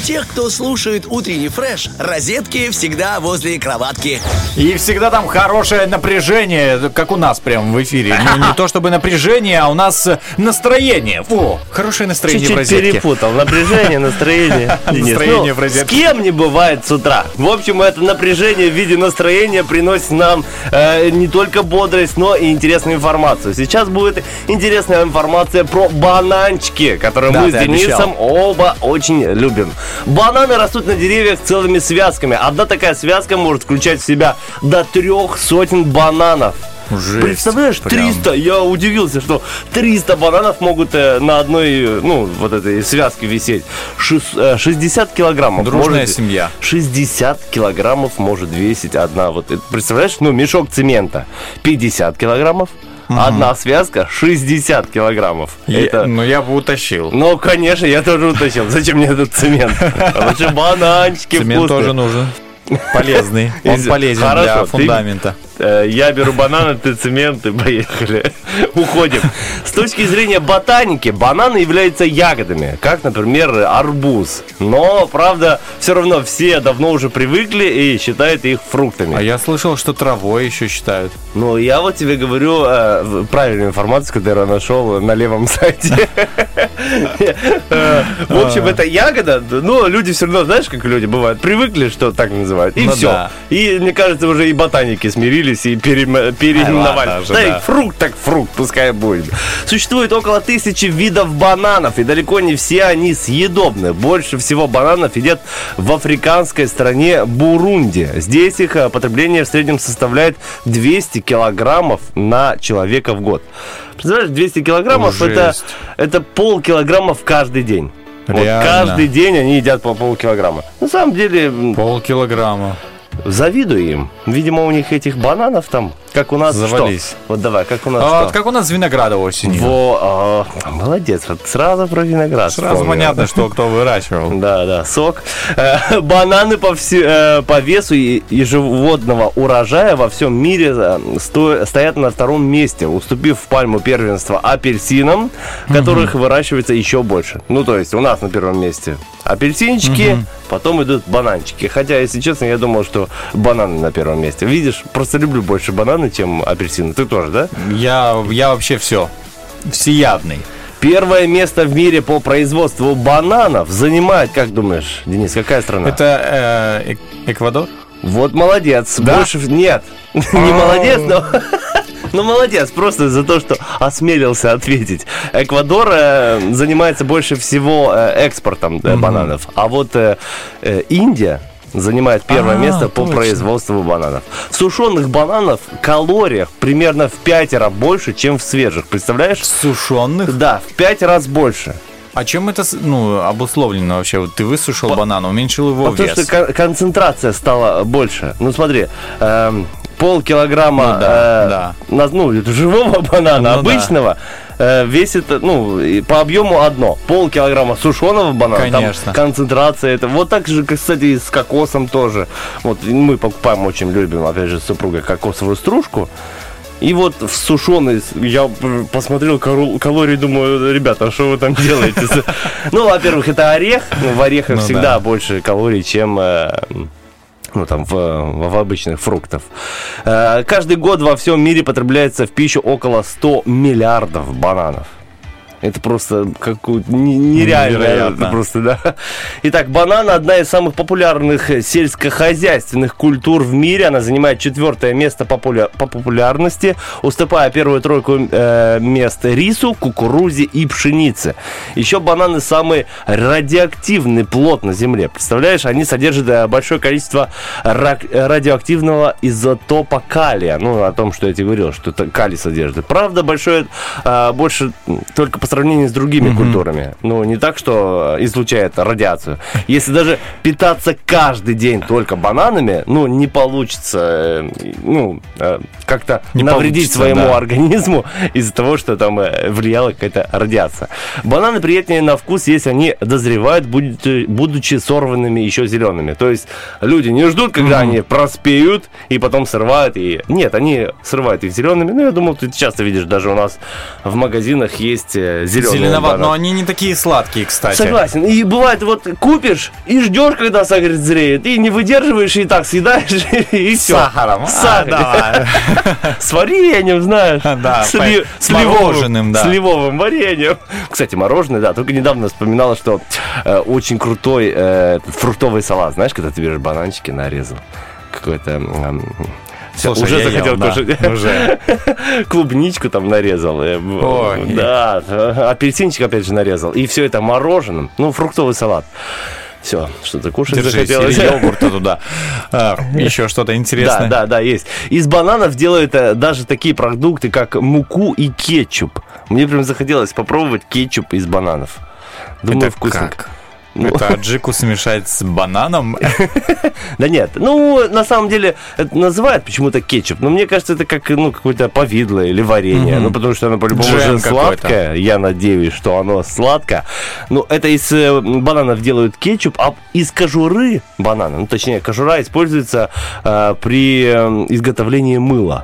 тех, кто слушает утренний фреш, розетки всегда возле кроватки. И всегда там хорошее напряжение, как у нас прям в эфире. Ну, не то чтобы напряжение, а у нас настроение. О, хорошее настроение в Чуть-чуть розетке. перепутал. Напряжение, настроение. Денис, Настроение ну, в розетке. С кем не бывает с утра. В общем, это напряжение в виде настроения приносит нам э, не только бодрость, но и интересную информацию. Сейчас будет интересная информация про бананчики, которые Да, мы с ты Денисом оба очень любим. Бананы растут на деревьях целыми связками. Одна такая связка может включать в себя до трех сотен бананов. Жесть. Представляешь, Прям. триста, я удивился, что триста бананов могут э, на одной, э, ну, вот этой связке висеть. Шест- э, шестьдесят килограммов. Дружная может, семья. шестьдесят килограммов может весить одна. Вот, это, представляешь, ну, мешок цемента пятьдат килограммов. Одна связка шестьдесят килограммов. Я- Это... Ну, я бы утащил. Ну, конечно, я тоже утащил. Зачем мне этот цемент? Лучше бананчики Цемент вкусные. тоже нужен. Полезный. Он Из- полезен Хорошо, для ты- фундамента. Э, Я беру бананы, ты цемент, и поехали. Уходим. С точки зрения ботаники, бананы являются ягодами, как, например, арбуз. Но, правда, все равно все давно уже привыкли и считают их фруктами. А я слышал, что травой еще считают. Ну, я вот тебе говорю э, правильную информацию, которую я нашел на левом сайте. Э, В общем, это ягода, но люди все равно, знаешь, как люди бывают, привыкли, что так называют, и Ну все. да. И, мне кажется, уже и ботаники смирились и перем- переименовали. ладно уже, Да, и да. фрукт так фрукт, пускай будет. Существует около тысячи видов бананов, и далеко не все они съедобны. Больше всего бананов едят в африканской стране Бурунди. Здесь их э, потребление в среднем составляет двести килограммов на человека в год. Представляешь, двести килограммов это, Жесть. это полкилограммов каждый день. Вот Реально. каждый день они едят по полкилограмма. На самом деле, м, Полкилограмма. завидую им. Видимо, у них этих бананов там, как у нас Завались. что? Вот давай, как у нас А что? вот как у нас с виноградом осенью. Во, а, молодец, вот сразу про виноград Сразу вспомнил. понятно, что кто выращивал. Да, да, сок. Э, Бананы по, все- э, по весу и- ежегодного урожая во всем мире э, сто- стоят на втором месте, уступив в пальму первенства апельсинам, которых выращивается еще больше. Ну, то есть у нас на первом месте апельсинчики, потом идут бананчики. Хотя, если честно, я думал, что бананы на первом месте. Видишь, просто люблю больше бананы, чем апельсины. Ты тоже, да? Я, я вообще все. Всеядный. Первое место в мире по производству бананов занимает, как думаешь, Денис, какая страна? Это э, Эк- Эквадор? Вот молодец. Да? Больше... Нет, не молодец, но... Ну, молодец, просто за то, что осмелился ответить. Эквадор э, занимается больше всего э, экспортом э, бананов, а вот э, э, Индия занимает первое А, место по точно. производству бананов. В сушеных бананов калориях примерно в пятеро больше, чем в свежих. Представляешь? Сушеных? Да, в пять раз больше. А чем это с- ну, обусловлено вообще? Вот ты высушил По- банан, уменьшил его Потому вес. что кон- концентрация стала больше. Ну смотри, эм, полкилограмма Ну да, э, да. на- ну, это живого банана, Ну да. обычного, э, весит, ну, и по объему одно. Полкилограмма сушеного банана, Конечно. там концентрация это. Вот так же, кстати, и с кокосом тоже. Вот мы покупаем, очень любим, опять же, с супругой кокосовую стружку. И вот в сушеный, я п- посмотрел кал- калории, думаю, ребята, а что вы там делаете? Ну, во-первых, это орех. Ну, в орехах Ну всегда да. больше калорий, чем э, ну, там, в, в обычных фруктах. Э, Каждый год во всем мире потребляется в пищу около ста миллиардов бананов. Это просто какую-то не- нереально. Невероятно. Это просто, да. Итак, банан одна из самых популярных сельскохозяйственных культур в мире. Она занимает четвертое место популя- по популярности, уступая первую тройку э, мест рису, кукурузе и пшенице. Еще бананы самый радиоактивный плод на Земле. Представляешь, они содержат э, большое количество рак- радиоактивного изотопа калия. Ну, о том, что я тебе говорил, что это калий содержит. Правда, большое, э, больше только по сравнению с другими mm-hmm. культурами. Ну, не так, что излучает радиацию. Если даже питаться каждый день только бананами, ну, не получится, э, ну, э, как-то Не навредить получится, своему да. организму из-за того, что там э, влияла какая-то радиация. Бананы приятнее на вкус, если они дозревают, будучи, будучи сорванными еще зелеными. То есть люди не ждут, когда mm-hmm. они проспеют и потом срывают. И... Нет, они срывают их зелеными. Ну, я думал, ты часто видишь, даже у нас в магазинах есть э, э, зеленые Зеленоват, но бананы. они не такие сладкие, кстати. Согласен. И бывает, вот купишь и ждешь, когда сахар зреет, и не выдерживаешь, и так съедаешь, и все. Сахаром. С сахаром. А, С вареньем, знаешь. Да, С ли- с с ливовым- мороженым, да. С ливовым вареньем. Кстати, мороженое, да. Только недавно вспоминала, что э, очень крутой э, фруктовый салат. Знаешь, когда ты берешь бананчики, нарезал. Какой-то... эм, всё, Слушай, уже я захотел ел, да, кушать. уже. Клубничку там нарезал. э, Ой. Да, э, апельсинчик опять же нарезал. И все это мороженым. Ну, фруктовый салат. Все, что-то кушать Держи, захотелось. или йогурта туда. А, еще что-то интересное. Да, да, да, есть. Из бананов делают э, даже такие продукты, как муку и кетчуп. Мне прям захотелось попробовать кетчуп из бананов. Думаю, Это вкусненько. как? Ну. Это аджику смешать с бананом? Да нет, ну, на самом деле, это называют почему-то кетчуп, но мне кажется, это как, ну, какое-то повидло или варенье, Мгм. ну, потому что оно, по-любому, Джем уже какой-то. сладкое, я надеюсь, что оно сладкое. Ну, это из э, бананов делают кетчуп, а из кожуры банана, ну, точнее, кожура используется э, при э, изготовлении мыла.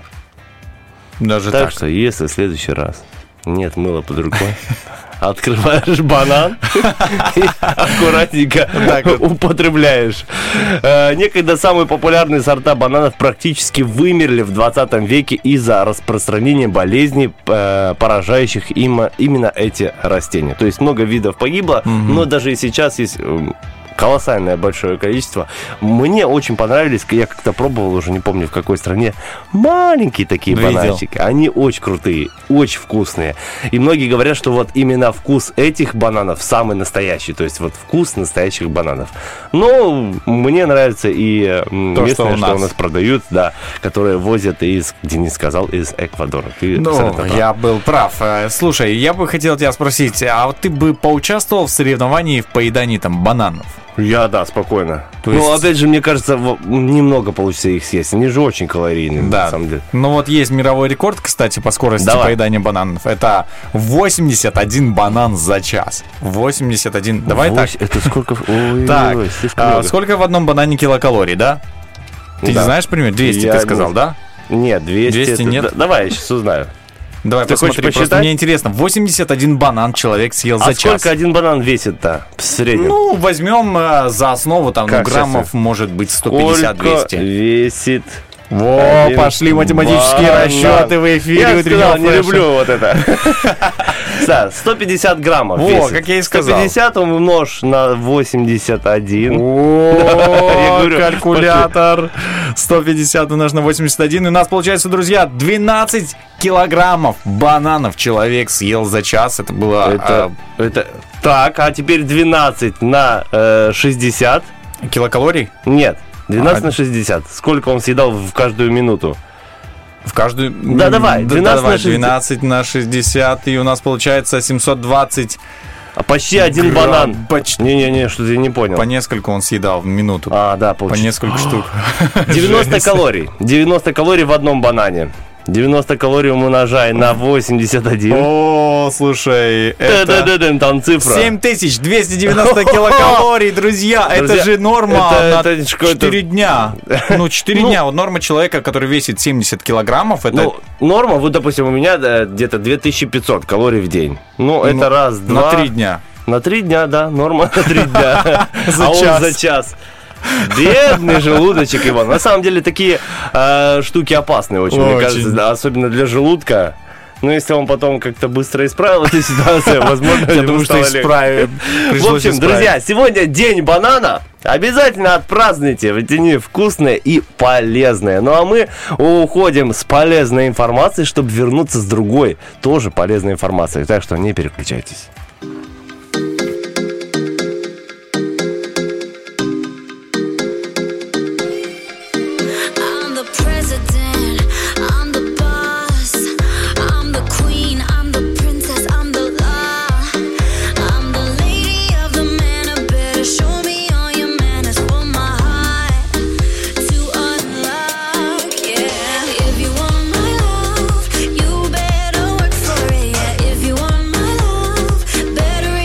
Даже Так так. что, если в следующий раз нет мыла под рукой, открываешь банан и аккуратненько употребляешь. Э, Некогда самые популярные сорта бананов практически вымерли в двадцатом веке из-за распространения болезней, э, поражающих им- именно эти растения. То есть много видов погибло, но даже и сейчас есть... м, колоссальное большое количество. Мне очень понравились, я как-то пробовал, уже не помню в какой стране, маленькие такие Видел. бананчики. Они очень крутые, очень вкусные. И многие говорят, что вот именно вкус этих бананов самый настоящий. То есть вот вкус настоящих бананов. Но мне нравится и м, То, местное, что у что у нас. нас продают, да, которые возят из, Денис сказал, из Эквадора. Ты Ну, абсолютно прав. я был прав. Э, Слушай, я бы хотел тебя спросить, а вот ты бы поучаствовал в соревновании в поедании там бананов? Я, да, спокойно. То Ну, есть- опять же, мне кажется, в- немного получится их съесть. Они же очень калорийные, Да. на самом деле. Ну вот есть мировой рекорд, кстати, по скорости Давай. поедания бананов. Это восемьдесят один банан за час. восемьдесят один. Давай так. Вось- Это сколько... Ой, Так, ой, слишком а, много. сколько в одном банане килокалорий, да? Ты Да. не знаешь пример? двести Я ты сказал, не- да? Нет, двести. двести это- нет? да- давай, я сейчас узнаю. Давай Ты хочешь посмотри, просто посчитать? мне интересно. восемьдесят один банан человек съел А за сколько час. один банан весит-то в среднем? Ну, возьмем э, за основу, там, ну, Как граммов, сейчас? может быть, сто Сколько пятьдесят двести. весит... Во, один пошли математические банан? расчеты в эфире Я утреннего сказал, не фреша. люблю вот это. Да, сто пятьдесят граммов Во, весит. как я и сказал. сто пятьдесят умножь на восемьдесят один. Я О, говорю, калькулятор. сто пятьдесят умножить на восемьдесят один. И у нас получается, друзья, двенадцать килограммов бананов человек съел за час. Это было... Это, это... Так, а теперь двенадцать на э, шестьдесят. а, килокалорий? Нет, двенадцать А. на шестьдесят. Сколько он съедал в каждую минуту? В каждую... Да, давай, Да, двенадцать давай, на шестьдесят. двенадцать на шестьдесят. И у нас получается семьсот двадцать. А почти один Грамм, банан. почти. Не-не-не, что-то я не понял. По несколько он съедал в минуту. А, да, По получилось. несколько штук. девяносто Жесть. калорий. девяносто калорий в одном банане. девяносто калорий умножай на восемьдесят один. О, слушай, это... Та-да-да-дам, там цифра. семь тысяч двести девяносто килокалорий, друзья. Это Друзья, же норма это- на это ж какой-то- четыре дня. Ну, четыре Ну. дня. Вот норма человека, который весит семьдесят килограммов, это Ну, норма, вот, допустим, у меня да, где-то две тысячи пятьсот калорий в день. Ну, это ну, раз, два. на три дня. На три дня, да, норма на три дня. За А он час. за час. Бедный желудочек его. На самом деле такие э, штуки опасные очень, мне Очень. кажется, да, особенно для желудка. Ну, если он потом как-то быстро исправил эту ситуацию, возможно, Я ему думаю, что стало легче. исправим. В Пришлось общем, исправить. друзья, сегодня день банана. Обязательно отпразднуйте, ведь они вкусные и полезные. Ну а мы уходим с полезной информацией, чтобы вернуться с другой, тоже полезной информацией. Так что не переключайтесь. I'm the president, I'm the boss, I'm the queen, I'm the princess, I'm the law. I'm the lady of the manor, better show me all your manners for my heart to unlock, yeah. If you want my love, you better work for it, yeah. If you want my love, better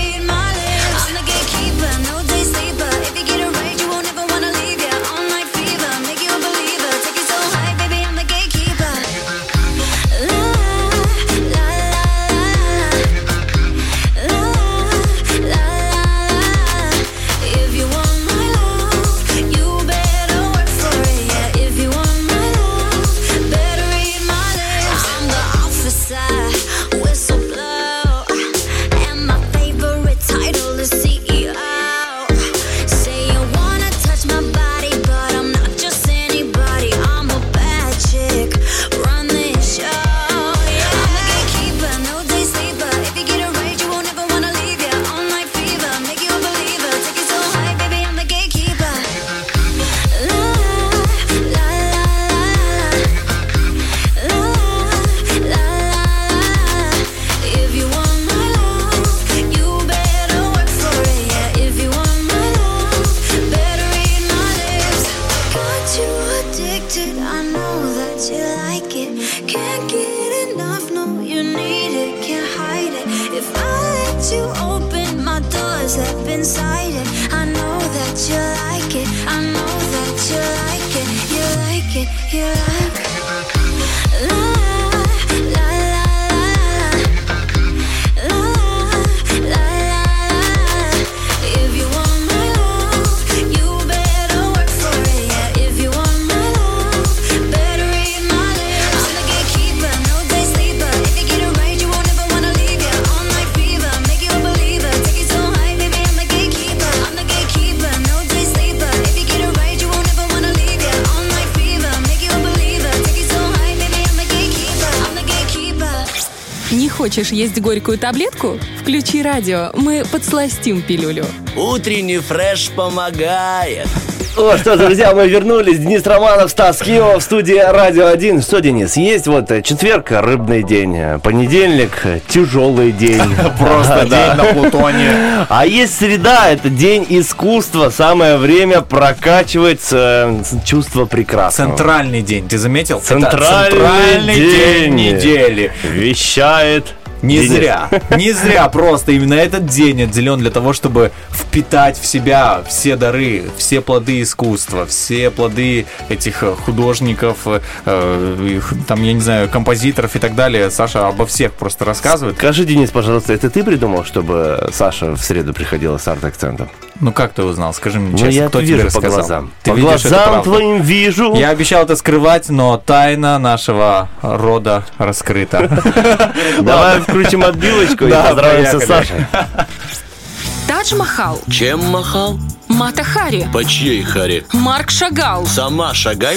inside it. I know that you like it. I know that you like it. You like it. You like it. La la la la la la la. If you want my love, you better work for it. Yeah. If you want my love, better read my lips. I'm the gatekeeper, no day sleeper. If you get it right, you won't ever wanna leave ya. All night fever, make you a believer. Take you so high, baby, I'm the gatekeeper. I'm the gatekeeper, no day sleeper. If you get it right, you won't ever wanna leave ya. All night fever, make you a believer. Take you so high, baby, I'm the gatekeeper. I'm the gatekeeper. Не хочешь есть горькую таблетку? Включи радио, мы подсластим пилюлю. Утренний фреш помогает. О, что, друзья, мы вернулись. Денис Романов, Стас Кио в студии Радио один. Что, Денис, есть вот четверг, рыбный день, понедельник, тяжелый день. Просто день на Плутоне. А есть среда, это день искусства. Самое время прокачивать э, чувство прекрасного. Центральный день, ты заметил? Это Центральный, центральный день день недели. Вещает. Не Денис. зря, не зря просто именно этот день отделен для того, чтобы впитать в себя все дары, все плоды искусства, все плоды этих художников, э, их, там, я не знаю, композиторов и так далее. Саша обо всех просто рассказывает. Скажи, Денис, пожалуйста, это ты придумал, чтобы Саша в среду приходила с арт-акцентом? Ну как ты узнал? Скажи мне Ну, честно, я кто это тебе вижу по рассказал? глазам. Ты по видишь, это глазам правда. твоим вижу. Я обещал это скрывать, но тайна нашего рода раскрыта. Давай включим отбивочку и Да, поздравимся с поехали. Сашей. Тадж Махал, Чем махал? Мата Хари, По чьей харе? Марк Шагал, Сама шагай.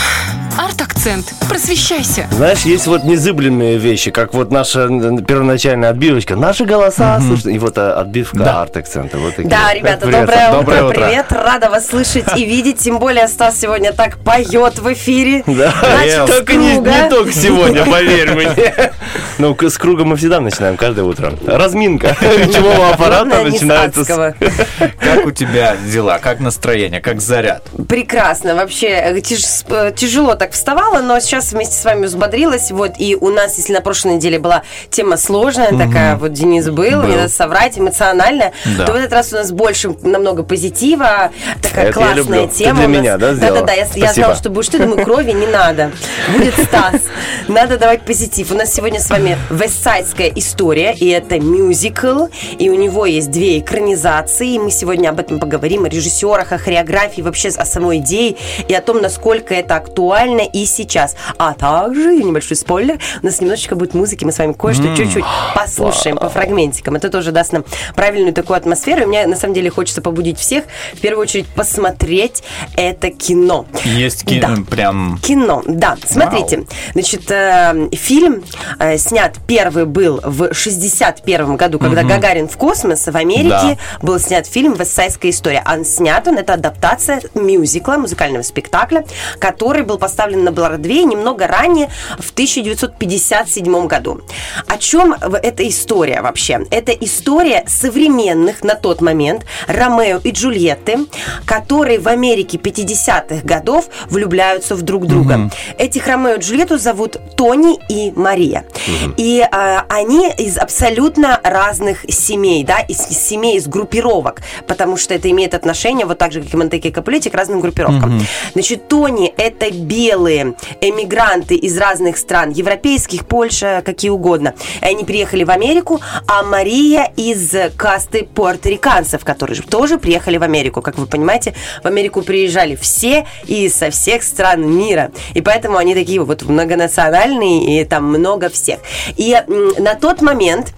арт-акцент. Просвещайся. Знаешь, есть вот незыблемые вещи, как вот наша м, первоначальная отбивочка. Наши голоса, слушай, и вот а, отбивка Да. арт-акцента. Вот такие. Да, ребята, Привет, доброе, Саш. доброе утро, утро. привет. Рада вас слышать и видеть. Тем более Стас сегодня так поет в эфире. Да, Начал с только не, круга. не только сегодня, поверь мне. Ну, к- с круга мы всегда начинаем каждое утро. Разминка речевого аппарата Главное, не начинается с... Статского. Как у тебя дела? Как настроение? Как заряд? Прекрасно. Вообще э, тяж- э, тяжело так вставала, но сейчас вместе с вами взбодрилась. Вот, и у нас, если на прошлой неделе была тема сложная, такая, вот Денис был, Был. не надо соврать, эмоциональная, Да. то в этот раз у нас больше намного позитива, такая Это я классная люблю. Ты тема. для у нас. меня, да, сделала? Да-да-да, я, я Спасибо. знала, что будешь ты, думаю, крови не надо. Будет Стас. Надо давать позитив. У нас сегодня с вами вестсайдская история, и это мюзикл, и у него есть две экранизации, и мы сегодня об этом поговорим, о режиссерах, о хореографии, вообще о самой идее, и о том, насколько это актуально и сейчас. А также, небольшой спойлер, у нас немножечко будет музыки, мы с вами кое-что чуть-чуть послушаем по фрагментикам. Это тоже даст нам правильную такую атмосферу, и мне на самом деле хочется побудить всех, в первую очередь, посмотреть это кино. Есть ки- Да. прям... Кино, да. Смотрите, значит, э, фильм э, снят первый был в шестьдесят первом году, когда Гагарин в космос, в Америке Да. был снят фильм «Вестсайдская история». А снят он, это адаптация мюзикла, музыкального спектакля, который был поставлен на Бродвее немного ранее, в тысяча девятьсот пятьдесят седьмом году. О чем эта история вообще? Это история современных на тот момент Ромео и Джульетты, которые в Америке пятидесятых годов влюбляются в друг друга. Этих Ромео и Джульетту зовут Тони и Мария. И а, они из абсолютно разных семей, да, из семей, из группировок, потому что это имеет отношение, вот так же, как и Монтеки и Капулетти, к разным группировкам. Значит, Тони – это белые эмигранты из разных стран, европейских, Польша, какие угодно. И они приехали в Америку, а Мария из касты пуэрториканцев, которые же тоже приехали в Америку. Как вы понимаете, в Америку приезжали все и со всех стран мира. И поэтому они такие вот многонациональные, и там много всех. И м, на тот момент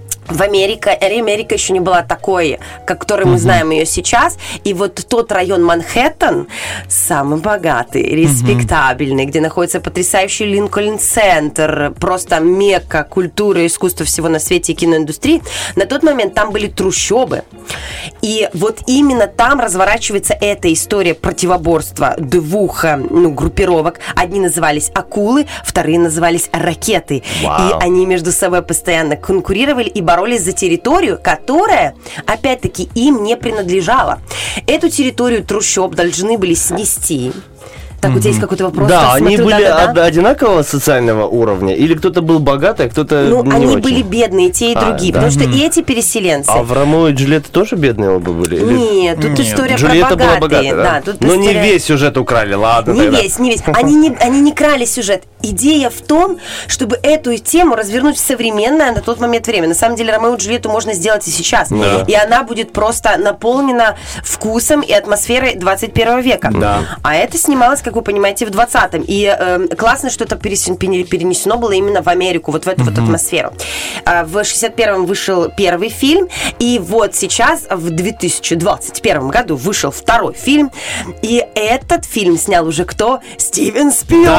в Америке, Америка еще не была такой, как которой мы знаем ее сейчас. И вот тот район Манхэттен, самый богатый, респектабельный, где находится потрясающий Линкольн-центр, просто мекка культуры, искусства всего на свете и киноиндустрии, на тот момент там были трущобы. И вот именно там разворачивается эта история противоборства двух ну, группировок. Одни назывались акулы, вторые назывались ракеты. Вау. И они между собой постоянно конкурировали и боролись за территорию, которая, опять-таки, им не принадлежала. Эту территорию трущоб должны были снести, Так, у тебя есть какой-то вопрос? Да, Так, они смотрю, были да-да-да. од- одинакового социального уровня? Или кто-то был богатый, а кто-то Ну, не они очень? были бедные, и те, и А, другие, да? потому что и эти переселенцы. А в Ромео и Джульетта тоже бедные оба были? Или- Нет, тут история Джульетта про была богатые. богатая, да? Да, тут Но не история- весь сюжет украли, ладно Не тогда. весь, не весь. Они не, они не крали сюжет. Идея в том, чтобы эту тему развернуть в современное на тот момент время. На самом деле Ромео и Джульетту можно сделать и сейчас. Да. И она будет просто наполнена вкусом и атмосферой двадцать первого века. Да. А это снималось, как вы понимаете, в двадцатом. И э, классно, что это перес- перенесено было именно в Америку, вот в эту вот атмосферу. А в шестьдесят первом вышел первый фильм, и вот сейчас, в две тысячи двадцать первом году, вышел второй фильм. И этот фильм снял уже кто? Стивен Спилберг!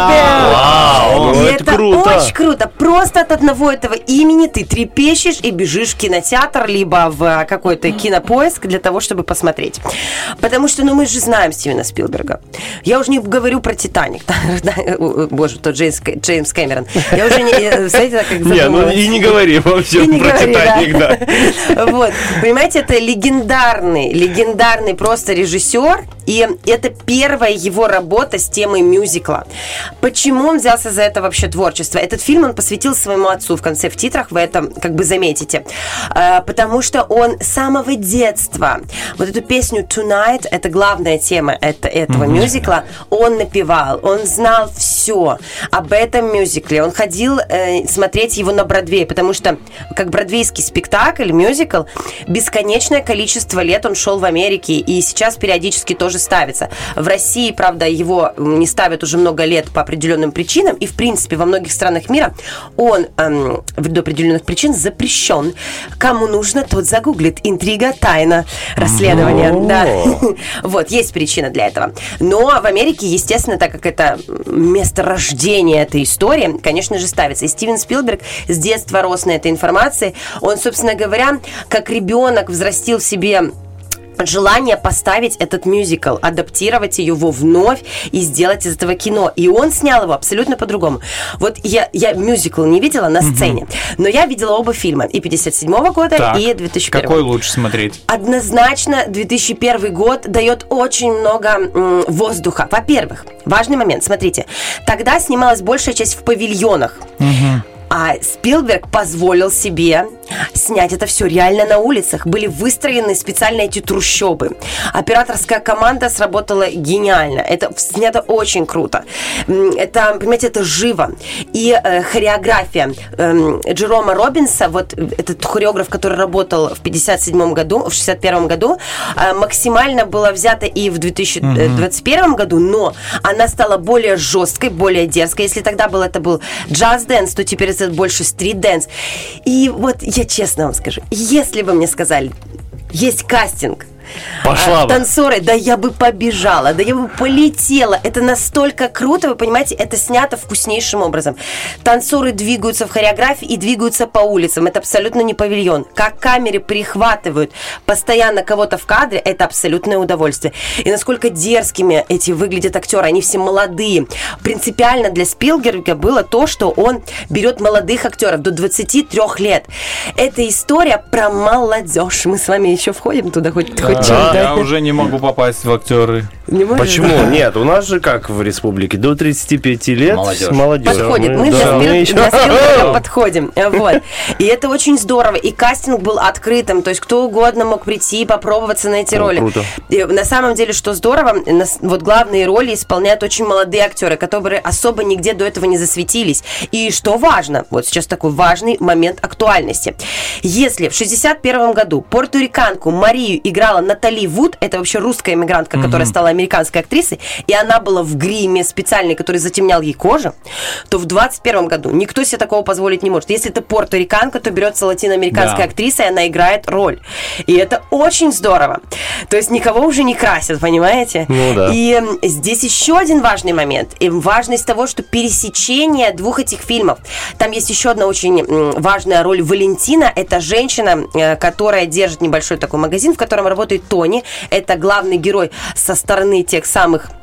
Вау, И ну это это круто. очень круто. Просто от одного этого имени ты трепещешь и бежишь в кинотеатр, либо в какой-то кинопоиск для того, чтобы посмотреть. Потому что, ну, мы же знаем Стивена Спилберга. Я уже не говорю про «Титаник». Да, боже, тот Джеймс, Джеймс Кэмерон. Я уже не... Знаете, так как Не, ну задумалась. и не говори И вообще не про говори, «Титаник», да. Вот. Понимаете, это легендарный, легендарный просто режиссер, и это первая его работа с темой мюзикла. Почему он взялся за это вообще творчество? Этот фильм он посвятил своему отцу. В конце в титрах вы это как бы заметите. А, потому что он с самого детства вот эту песню «Tonight», это главная тема это, этого mm-hmm. мюзикла, он напевал, он знал все об этом мюзикле. Он ходил э, смотреть его на Бродвее, потому что как бродвейский спектакль, мюзикл, бесконечное количество лет он шел в Америке, и сейчас периодически тоже ставится. В России, правда, его не ставят уже много лет по определенным причинам, и, в принципе, во многих странах мира он эм, до определенных причин запрещен. Кому нужно, тот загуглит. Интрига, тайна, расследование. Да. Вот, есть причина для этого. Но в Америке, естественно, так как это место рождения этой истории, конечно же, ставится. И Стивен Спилберг с детства рос на этой информации. Он, собственно говоря, как ребенок взрастил в себе желание поставить этот мюзикл, адаптировать его вновь и сделать из этого кино. И он снял его абсолютно по-другому. Вот я, я мюзикл не видела на сцене, mm-hmm. но я видела оба фильма. И пятьдесят седьмого года, так, и две тысячи первого. Какой лучше смотреть? Однозначно, две тысячи первый год дает очень много м, воздуха. Во-первых, важный момент, смотрите. Тогда снималась большая часть в павильонах. Mm-hmm. А Спилберг позволил себе снять это все реально на улицах. Были выстроены специально эти трущобы. Операторская команда сработала гениально. Это снято очень круто. Это, понимаете, это живо. И э, хореография э, Джерома Робинса, вот этот хореограф, который работал в пятьдесят седьмом году, в шестьдесят первом году, э, максимально была взята и в две тысячи двадцать первом году, но она стала более жесткой, более дерзкой. Если тогда был, это был джаз-дэнс, то теперь это больше стрит-дэнс. И вот я честно вам скажу, если бы мне сказали, есть кастинг, Пошла а, бы. танцоры, да я бы побежала, да я бы полетела. Это настолько круто, вы понимаете, это снято вкуснейшим образом. Танцоры двигаются в хореографии и двигаются по улицам. Это абсолютно не павильон. Как камеры перехватывают постоянно кого-то в кадре, это абсолютное удовольствие. И насколько дерзкими эти выглядят актеры, они все молодые. Принципиально для Спилберга было то, что он берет молодых актеров до двадцати трёх лет. Это история про молодежь. Мы с вами еще входим туда хоть, Да, хоть чем-то. я уже не могу попасть в актеры. Не можешь? Почему? Нет, у нас же как в республике, до тридцати пяти лет Молодежь. молодежь. Подходит. Мы да, для, мы Спил- еще- для Спилберга подходим. Вот. И это очень здорово. И кастинг был открытым. То есть кто угодно мог прийти и попробоваться на эти О, роли. круто. И на самом деле, что здорово, нас- вот главные роли исполняют очень молодые актеры, которые особо нигде до этого не засветились. И что важно, вот сейчас такой важный момент актуальности. Если в шестьдесят первом году пуэрториканку Марию играла Натали Вуд, это вообще русская иммигрантка, mm-hmm. которая стала американской актрисой, и она была в гриме специальный, который затемнял ей кожу, то в двадцать первом году никто себе такого позволить не может. Если это пуэрториканка, то берется латиноамериканская Да. актриса, и она играет роль. И это очень здорово. То есть никого уже не красят, понимаете? Ну да. И м, здесь еще один важный момент. И важность того, что пересечение двух этих фильмов. Там есть еще одна очень м, важная роль Валентина. Это женщина, э, которая держит небольшой такой магазин, в котором работает Тони. Это главный герой со стороны тех самых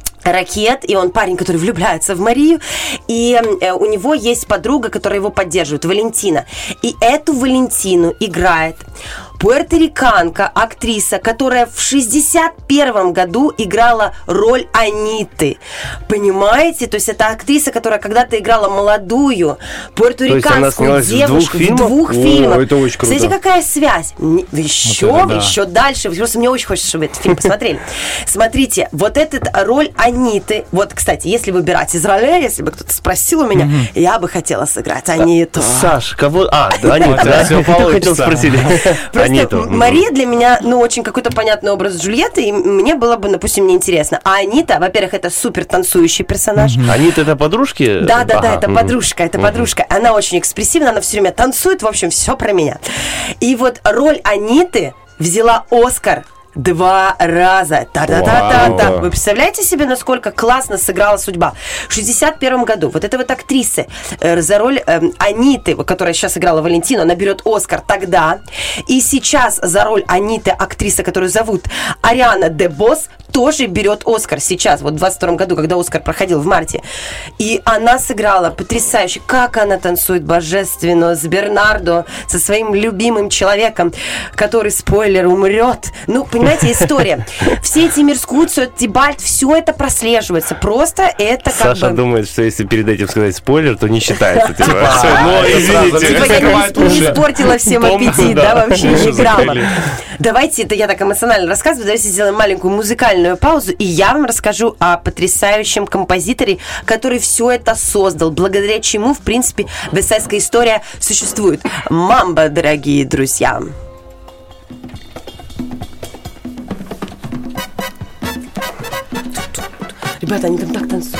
ракет, и он парень, который влюбляется в Марию, и э, у него есть подруга, которая его поддерживает, Валентина. И эту Валентину играет пуэрториканка, актриса, которая в шестьдесят первом году играла роль Аниты. Понимаете? То есть это актриса, которая когда-то играла молодую пуэрториканскую девушку в двух О, фильмах. это очень круто. Смотрите, какая связь. Еще, Вот это да. еще дальше. Просто мне очень хочется, чтобы этот фильм посмотрели. Смотрите, вот эта роль Аниты. Вот, кстати, если выбирать из ролей, если бы кто-то спросил у меня, я бы хотела сыграть Аниту. Саш, кого... А, да, Анита, да? Всё Хотел получится. спросить. Просто Аниту. Мария для меня, ну, очень какой-то понятный образ Джульетты, и мне было бы, допустим, неинтересно. А Анита, во-первых, это супер танцующий персонаж. Анита это подружки? Да, да, да, Ага, это мгм. подружка, это подружка. Она очень экспрессивна, она все время танцует, в общем, все про меня. И вот роль Аниты взяла Оскар два раза. Та-та-та-та-та. Вау. Вы представляете себе, насколько классно сыграла судьба? В шестьдесят первом году вот эта вот актриса э, за роль э, Аниты, которая сейчас играла Валентину, она берет Оскар тогда. И сейчас за роль Аниты актриса, которую зовут Ариана Дебос, тоже берет Оскар сейчас, вот в двадцать втором году, когда Оскар проходил в марте. И она сыграла потрясающе. Как она танцует божественно с Бернардо, со своим любимым человеком, который, спойлер, умрет. Ну, понимаете, история. Все эти Мирскуцию, Тибальт, все это прослеживается. Просто это как Саша бы... думает, что если перед этим сказать спойлер, то не считается. Типа, Типа, всё, ну, это сразу извините. Типа я закрывает не, не уши. испортила всем Том, аппетит, да, да, вообще уши не грамма. закрыли. Давайте, это я так эмоционально рассказываю, давайте сделаем маленькую музыкальную паузу, и я вам расскажу о потрясающем композиторе, который все это создал, благодаря чему, в принципе, «Версальская история» существует. Мамба, дорогие друзья. Ребята, они там так танцуют.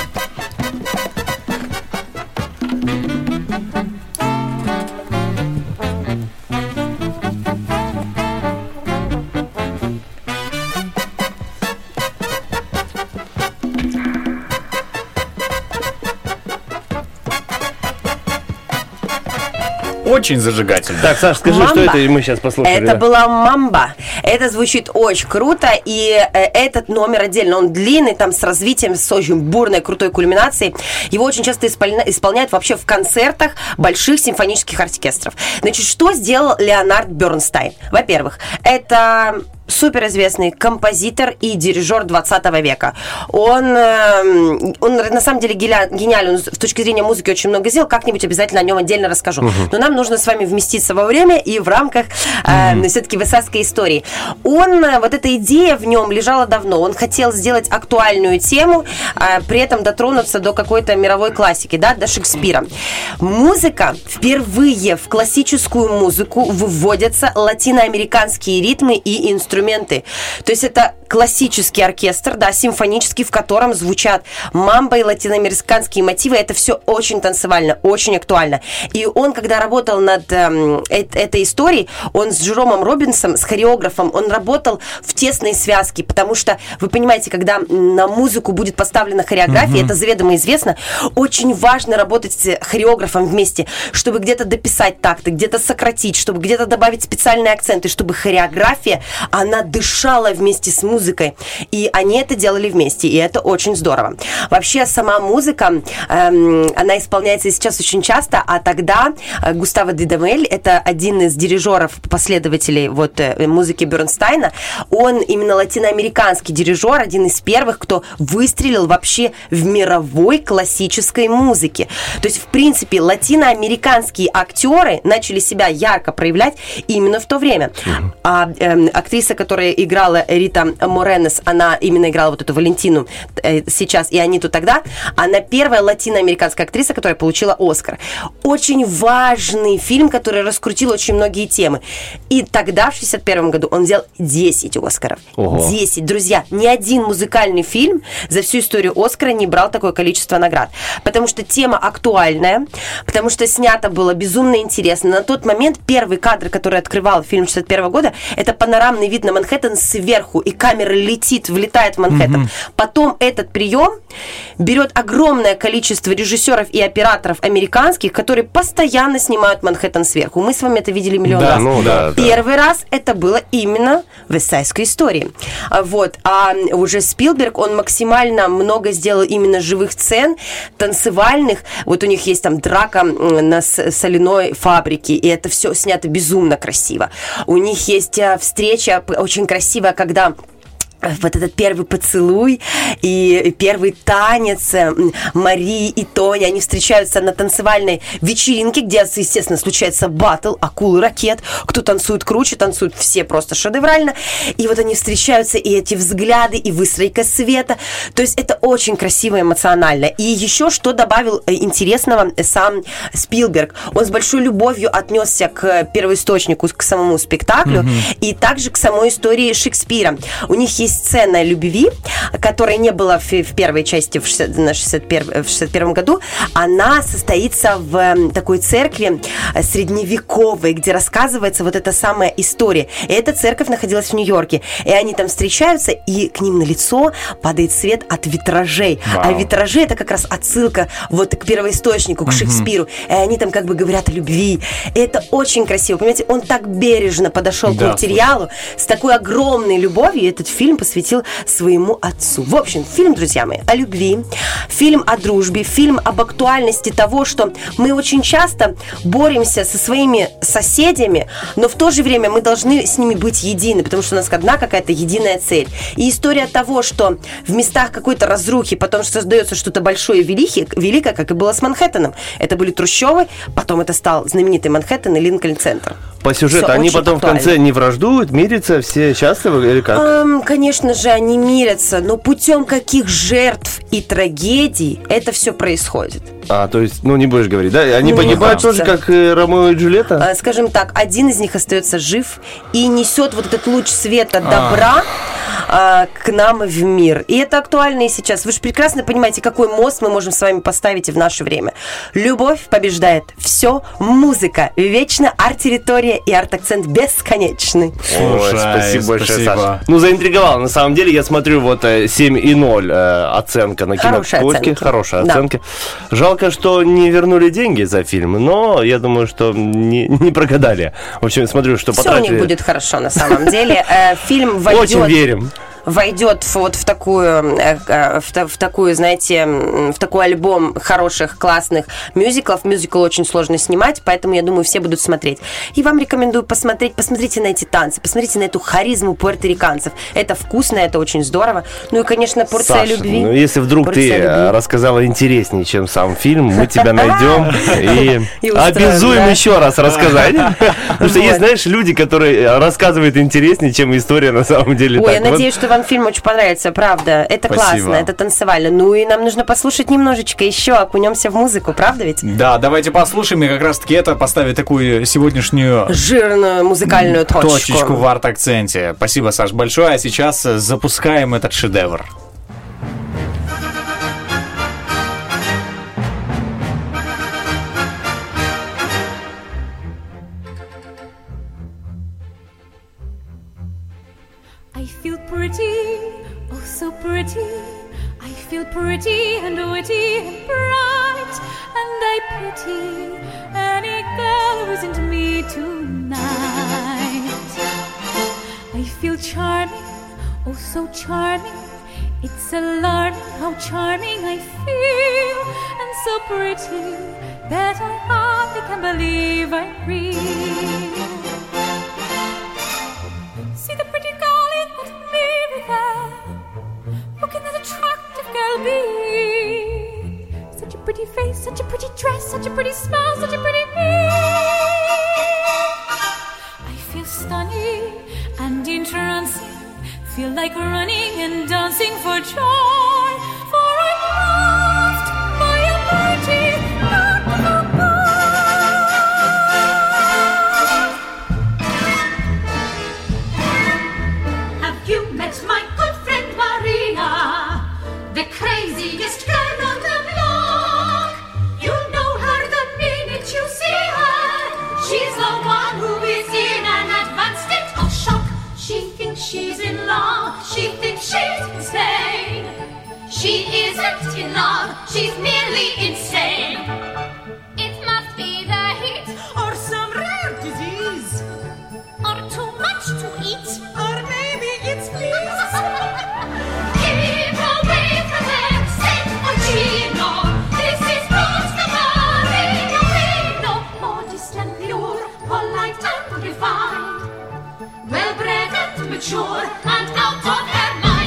Очень зажигательно. Так, Саш, скажи, Мамба. что это и мы сейчас послушали. Это да. была «Мамба». Это звучит очень круто, и э, этот номер отдельно, он длинный, там с развитием, с очень бурной, крутой кульминацией. Его очень часто исполня- исполняют вообще в концертах больших симфонических оркестров. Значит, что сделал Леонард Бернстайн? Во-первых, это... суперизвестный композитор и дирижер двадцатого века. Он, э, он на самом деле геля- гениален. Он с точки зрения музыки очень много сделал. Как-нибудь обязательно о нем отдельно расскажу. Uh-huh. Но нам нужно с вами вместиться во время и в рамках э, uh-huh. все-таки версальской истории. Он, э, вот эта идея в нем лежала давно. Он хотел сделать актуальную тему, э, при этом дотронуться до какой-то мировой классики, да, до Шекспира. Музыка, впервые в классическую музыку выводятся латиноамериканские ритмы и инструменты. Инструменты. То есть это классический оркестр, да, симфонический, в котором звучат мамба и латиноамериканские мотивы. Это все очень танцевально, очень актуально. И он, когда работал над э, э, этой историей, он с Джеромом Робинсом, с хореографом, он работал в тесной связке, потому что, вы понимаете, когда на музыку будет поставлена хореография, mm-hmm. это заведомо известно, очень важно работать с хореографом вместе, чтобы где-то дописать такты, где-то сократить, чтобы где-то добавить специальные акценты, чтобы хореография, она дышала вместе с музыкой. И они это делали вместе, и это очень здорово. Вообще, сама музыка, эм, она исполняется сейчас очень часто, а тогда э, Густаво Дудамель, это один из дирижеров, последователей вот, э, музыки Бернстайна, он именно латиноамериканский дирижер, один из первых, кто выстрелил вообще в мировой классической музыке. То есть, в принципе, латиноамериканские актеры начали себя ярко проявлять именно в то время. Mm-hmm. А э, актриса, которая играла Рита Моренес, она именно играла вот эту Валентину э, сейчас и Аниту тогда, она первая латиноамериканская актриса, которая получила Оскар. Очень важный фильм, который раскрутил очень многие темы. И тогда, в шестьдесят первом году, он взял десять Оскаров. Ого. десять. Друзья, ни один музыкальный фильм за всю историю Оскара не брал такое количество наград. Потому что тема актуальная, потому что снято было безумно интересно. На тот момент первый кадр, который открывал фильм шестьдесят первого года, это панорамный вид на Манхэттен сверху, и камера камера летит, влетает в Манхэттен. Mm-hmm. Потом этот прием берет огромное количество режиссеров и операторов американских, которые постоянно снимают Манхэттен сверху. Мы с вами это видели миллион да, раз. Ну, да, Первый да. раз это было именно в «Вестсайдской истории». Вот. А уже Спилберг, он максимально много сделал именно живых сцен, танцевальных. Вот у них есть там драка на соляной фабрике, и это все снято безумно красиво. У них есть встреча очень красивая, когда вот этот первый поцелуй и первый танец Марии и Тони, они встречаются на танцевальной вечеринке, где, естественно, случается баттл, акулы, ракет, кто танцует круче, танцуют все просто шедеврально, и вот они встречаются, и эти взгляды, и выстройка света, то есть это очень красиво, эмоционально. И еще что добавил интересного сам Спилберг, он с большой любовью отнесся к первоисточнику, к самому спектаклю, mm-hmm. и также к самой истории Шекспира. У них есть сцена любви, которой не было в, в первой части в, шестьдесят, на шестьдесят первом, в шестьдесят первом году. Она состоится в такой церкви средневековой, где рассказывается вот эта самая история. И эта церковь находилась в Нью-Йорке. И они там встречаются, и к ним на лицо падает свет от витражей. Вау. А витражи — это как раз отсылка вот к первоисточнику, к mm-hmm. Шекспиру. И они там как бы говорят о любви. И это очень красиво. Понимаете, он так бережно подошел да, к материалу, с такой огромной любовью. И этот фильм посвятил своему отцу. В общем, фильм, друзья мои, о любви, фильм о дружбе, фильм об актуальности того, что мы очень часто боремся со своими соседями, но в то же время мы должны с ними быть едины, потому что у нас одна какая-то единая цель. И история того, что в местах какой-то разрухи потом создается что-то большое и великое, великое, как и было с Манхэттеном. Это были трущобы, потом это стал знаменитый Манхэттен и Линкольн-центр. По сюжету Все они потом актуально. В конце не враждуют, мирятся, все счастливы или как? Эм, конечно же, они мирятся, но путем каких жертв и трагедий это все происходит. А, то есть, ну не будешь говорить, да? Они ну, погибают тоже, как э, Ромео и Джульетта? Э, скажем так, один из них остается жив и несет вот этот луч света, добра э, к нам в мир. И это актуально и сейчас. Вы же прекрасно понимаете, какой мост мы можем с вами поставить в наше время. Любовь побеждает все, музыка вечна, арт-территория и арт-акцент бесконечный. Ой, спасибо большое, Саша. Ну, заинтриговал. На самом деле, я смотрю, вот семь и ноль э, оценка на Кинопоиске. Хорошая да. оценка. Жалко, что не вернули деньги за фильм, но я думаю, что не, не прогадали. В общем, смотрю, что все потратили... у них будет хорошо, на самом деле. Фильм войдет... Очень верим. войдет вот в такую, в, в такую, знаете, в такой альбом хороших, классных мюзиклов. Мюзикл очень сложно снимать, поэтому, я думаю, все будут смотреть. И вам рекомендую посмотреть, посмотрите на эти танцы, посмотрите на эту харизму пуэрториканцев. Это вкусно, это очень здорово. Ну и, конечно, порция Саша, любви. Ну, если вдруг порция ты любви. рассказала интереснее, чем сам фильм, мы тебя найдем и обязуем еще раз рассказать. Потому что есть, знаешь, люди, которые рассказывают интереснее, чем история на самом деле. Ой, я надеюсь, что вам фильм очень понравится, правда. Это Спасибо. классно, это танцевально. Ну и нам нужно послушать немножечко еще, окунемся в музыку, правда ведь? Да, давайте послушаем, и как раз-таки это поставит такую сегодняшнюю... жирную музыкальную точку. Точечку в арт-акценте. Спасибо, Саш, большое. А сейчас запускаем этот шедевр. I feel pretty, oh so pretty. I feel pretty and witty and bright, and I pity any girl who isn't me tonight. I feel charming, oh so charming. It's alarming how charming I feel, and so pretty that I hardly can believe I'm real. See the pretty girl in that mirror there, looking at attractive girl be. Such a pretty face, such a pretty dress, such a pretty smile, such a pretty me. I feel stunning and entrancing, feel like running and dancing for joy, for I'm loved by a mighty beautiful boy. Have you met my good friend Maria, the craziest girl on the block? You know her the minute you see her. She's the one who is in an advanced state of shock. She thinks she's in love. She in love. She's nearly insane. It must be the heat, or some rare disease, or too much to eat, or maybe it's fleas. Keep away from them, Saint or Gino. This is customary. No, no, modest and pure, polite and refined, well-bred and mature, and out of her mind.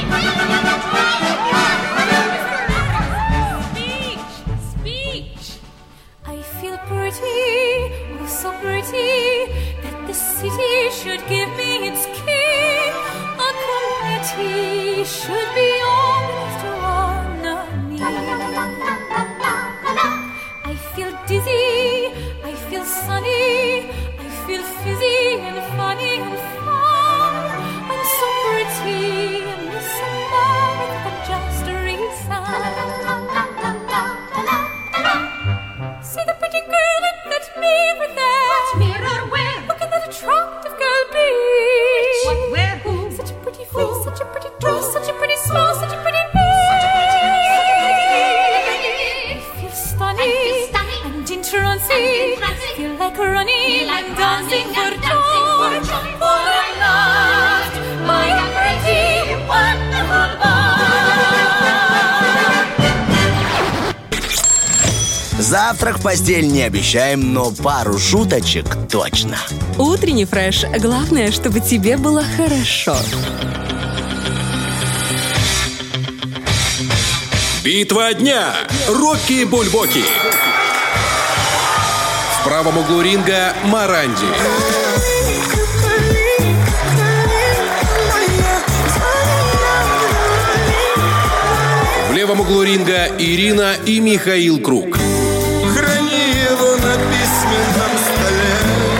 Speech, speech. I feel pretty, oh so pretty, that the city should give me its key. A committee should be almost one of me. I feel dizzy, I feel sunny, I feel fizzy and funny and fun. I'm so pretty, Miss America, just resign. See the pretty girl in that mirror there. What mirror where? Look at that attractive girl be. What, where, who? Such a pretty face, such a pretty dress, such a pretty smile, such a pretty name. I feel stunning, and entrancing. Feel like running and dancing for joy. For I loved my pretty, wonderful boy. Завтрак в постель не обещаем, но пару шуточек точно. Утренний фреш. Главное, чтобы тебе было хорошо. Битва дня. Рокки Бульбоки. В правом углу ринга Маранди. В левом углу ринга Ирина и Михаил Круг. Храни его на письменном столе.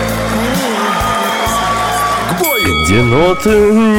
К бою. Где ноты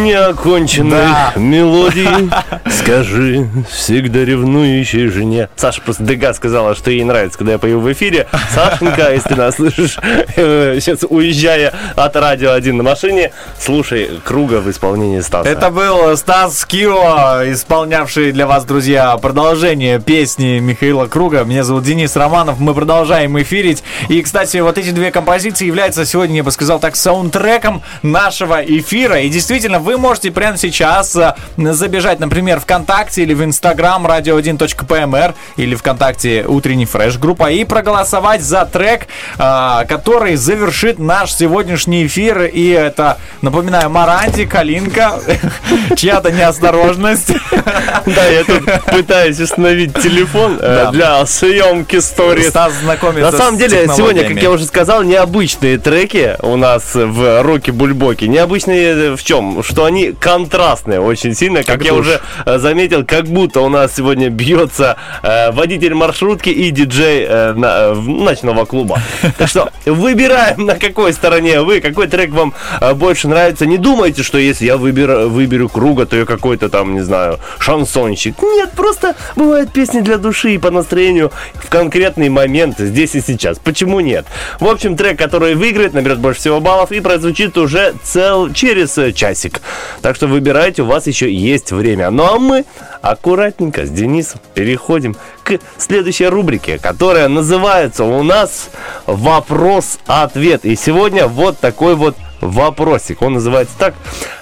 неоконченных мелодий, скажи всегда ревнующей жене. Саша просто Дега сказала, что ей нравится, когда я пою в эфире. Сашенька, если ты нас слышишь, сейчас уезжая от Радио один на машине, слушай Круга в исполнении Стаса. Это был Стас Кио, исполнявший для вас, друзья, продолжение песни Михаила Круга. Меня зовут Денис Романов, мы продолжаем эфирить. И, кстати, вот эти две композиции являются сегодня, я бы сказал так, саундтреком нашего эфира. И действительно, вы можете прямо сейчас забежать, например, ВКонтакте или в Инстаграм радио один точка пи эм эр или ВКонтакте Утренний фреш группа и проголосовать за трек, который завершит наш сегодняшний эфир. И это, напоминаю, Маранди, Калинка, чья-то неосторожность. Да, я тут пытаюсь установить телефон для съемки сторис. Стас знакомится. На самом деле, сегодня, как я уже сказал, необычные треки у нас в Рокки Бульбоки. Необычные в чем? Что они контрастные очень сильно, как, как я уже заметил, как будто у нас сегодня бьется э, водитель маршрутки и диджей э, на, э, ночного клуба. Так что выбираем, на какой стороне вы, какой трек вам э, больше нравится. Не думайте, что если я выберу, выберу Круга, то я какой-то там, не знаю, шансонщик. Нет, просто бывают песни для души и по настроению в конкретный момент, здесь и сейчас. Почему нет? В общем, трек, который выиграет, наберет больше всего баллов и прозвучит уже цел через часик. Так что выбирайте, у вас еще есть время. Ну а мы аккуратненько с Денисом переходим к следующей рубрике, которая называется у нас «Вопрос-ответ». И сегодня вот такой вот вопросик. Он называется так.